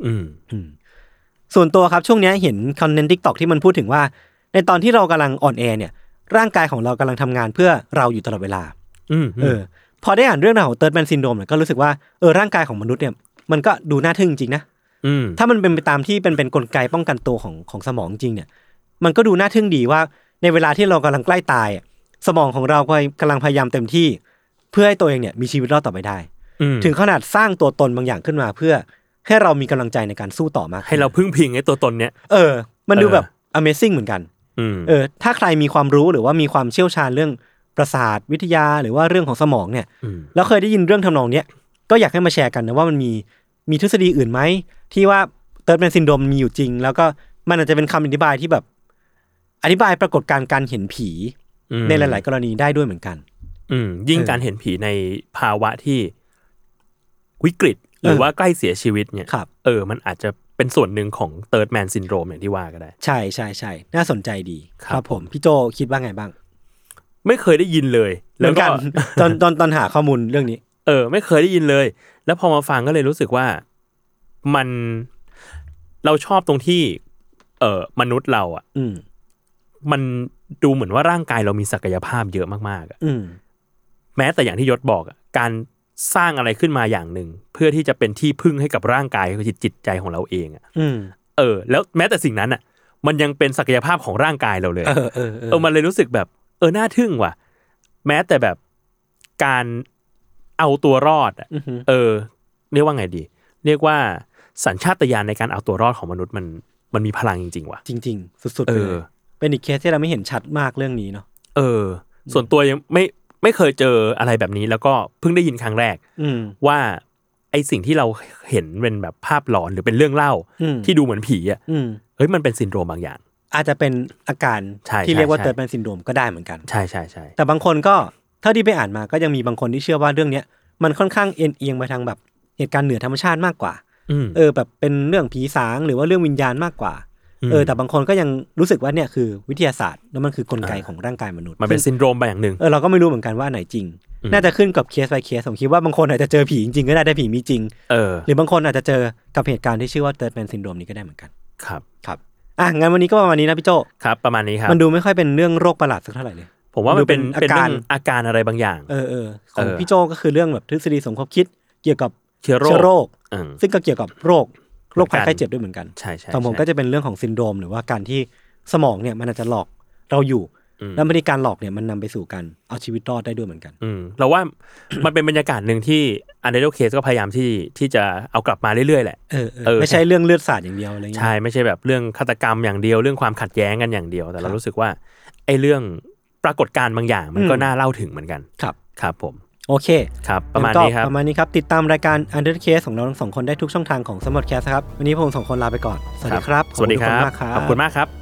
ส่วนตัวครับช่วงนี้เห็นคอนเทนต์ TikTok ที่มันพูดถึงว่าในตอนที่เรากำลังอ่อนแอเนี่ยร่างกายของเรากำลังทำงานเพื่อเราอยู่ตลอดเวลาพอได้อ่านเรื่องราวของ Third Man Syndrome เนี่ยก็รู้สึกว่าร่างกายของมนุษย์เนี่ยมันก็ดูน่าทึ่งจริงนะถ้ามันเป็นไปตามที่เป็นกลไกป้องกันตัวของสมองจริงเนี่ยมันก็ดูน่าทึ่งดีว่าในเวลาที่เรากำลังใกล้ตายสมองของเรากำลังพยายามเต็มที่เพื่อให้ตัวเองเนี่ยมีชีวิตรอดต่อไปได้ถึงขนาดสร้างตัวตนบางอย่างขึ้นมาเพื่อให้เรามีกำลังใจในการสู้ต่อมากให้เราพึ่งพิงไอ้ตัวตนเนี้ยมันดูแบบ Amazing เหมือนกันถ้าใครมีความรู้หรือว่ามีความเชี่ยวชาญเรื่องประสาทวิทยาหรือว่าเรื่องของสมองเนี่ยแล้วเคยได้ยินเรื่องทำนองเนี้ยก็อยากให้มาแชร์กันนะว่ามันมีทฤษฎีอื่นไหมที่ว่า Third Man Syndrome มีอยู่จริงแล้วก็มันอาจจะเป็นคำอธิบายที่แบบอธิบายปรากฏการเห็นผีในหลายๆกรณีได้ด้วยเหมือนกันยิ่งการเห็นผีในภาวะที่วิกฤตหรือว่าใกล้เสียชีวิตเนี่ยมันอาจจะเป็นส่วนหนึ่งของ Third Man Syndrome อย่างที่ว่าก็ได้ใช่ใช่ใช่น่าสนใจดีครับผมพี่โจคิดว่าไงบ้างไม่เคยได้ยินเลยแล้วกันตอนหาข้อมูลเรื่องนี้ไม่เคยได้ยินเลยแล้วพอมาฟังก็เลยรู้สึกว่ามันเราชอบตรงที่มนุษย์เราอ่ะมันดูเหมือนว่าร่างกายเรามีศักยภาพเยอะมากๆอ่ะแม้แต่อย่างที่ยศบอกอ่ะการสร้างอะไรขึ้นมาอย่างหนึ่งเพื่อที่จะเป็นที่พึ่งให้กับร่างกายกับจิตใจของเราเองอ่ะแล้วแม้แต่สิ่งนั้นอ่ะมันยังเป็นศักยภาพของร่างกายเราเลยมันเลยรู้สึกแบบน่าทึ่งว่ะแม้แต่แบบการเอาตัวรอดอ่ะเรียกว่าไงดีเรียกว่าสัญชาตญาณในการเอาตัวรอดของมนุษย์มันมีพลังจริงๆว่ะจริงๆสุดๆไปเลยเป็นอีกเคสที่เราไม่เห็นชัดมากเรื่องนี้เนาะส่วนตัวยังไม่เคยเจออะไรแบบนี้แล้วก็เพิ่งได้ยินครั้งแรกว่าไอสิ่งที่เราเห็นเป็นแบบภาพหลอนหรือเป็นเรื่องเล่าที่ดูเหมือนผีอ่ะมันเป็นซินโดรมบางอย่างอาจจะเป็นอาการที่เรียกว่าThird Man Syndromeก็ได้เหมือนกันใช่แต่บางคนก็เท่าที่ไปอ่านมาก็ยังมีบางคนที่เชื่อว่าเรื่องเนี้ยมันค่อนข้างเอียงไปทางแบบเหตุการณ์เหนือธรรมชาติมากกว่าแบบเป็นเรื่องผีสางหรือว่าเรื่องวิญญาณมากกว่าแต่บางคนก็ยังรู้สึกว่าเนี่ยคือวิทยาศาสตร์แล้วมันคือกลไกของร่างกายมนุษย์มันเป็นซินโดรมแบบอย่างนึงเราก็ไม่รู้เหมือนกันว่าไหนจริงน่าจะขึ้นกับเคส by เคสผมคิดว่าบางคนอาจจะเจอผีจริงๆก็ได้ผีมีจริงหรือบางคนอาจจะเจอกับเหตุการณ์ที่ชื่อว่า Third Man Syndrome นี้ก็ได้เหมือนกันครับงั้นวันนี้ก็ประมาณนี้นะพี่โจครับประมาณนี้ครับมันดูไม่ค่อยเป็นเรื่องโรคประหลาดสักเท่าไหร่เลยผมว่ามันเป็นอาการอะไรบางอย่างของพี่โจก็คือเรื่องแบบทฤษฎีสมคบคิดเกี่ยวกับเชื้อโรคซึ่งก็เกี่ยวกับโรคภัยไข้เจ็บด้วยเหมือนกันใช่ของผมก็จะเป็นเรื่องของซินโดรมหรือว่าการที่สมองเนี่ยมันอาจจะหลอกเราอยู่แล้ววิธีการหลอกเนี่ยมันนำไปสู่การเอาชีวิตรอดได้ด้วยเหมือนกันเราว่ามันเป็นบรรยากาศนึงที่Undertale Caseก็พยายามที่จะเอากลับมาเรื่อยๆแหละไม่ใช่เรื่องเลือดสาดอย่างเดียวอะไรเงี้ยใช่ไม่ใช่แบบเรื่องฆาตกรรมอย่างเดียวเรื่องความขัดแย้งกันอย่างเดียวแต่เรารู้สึกว่าไอ้เรื่องปรากฏการณ์บางอย่างมันก็น่าเล่าถึงเหมือนกันครับผมโอเคครับประมาณนี้ครับติดตามรายการ Undertale Case ของเราทั้ง2คนได้ทุกช่องทางของ Smart Cast ครับวันนี้ผม2คนลาไปก่อนสวัสดีครับขอบคุณมากครับ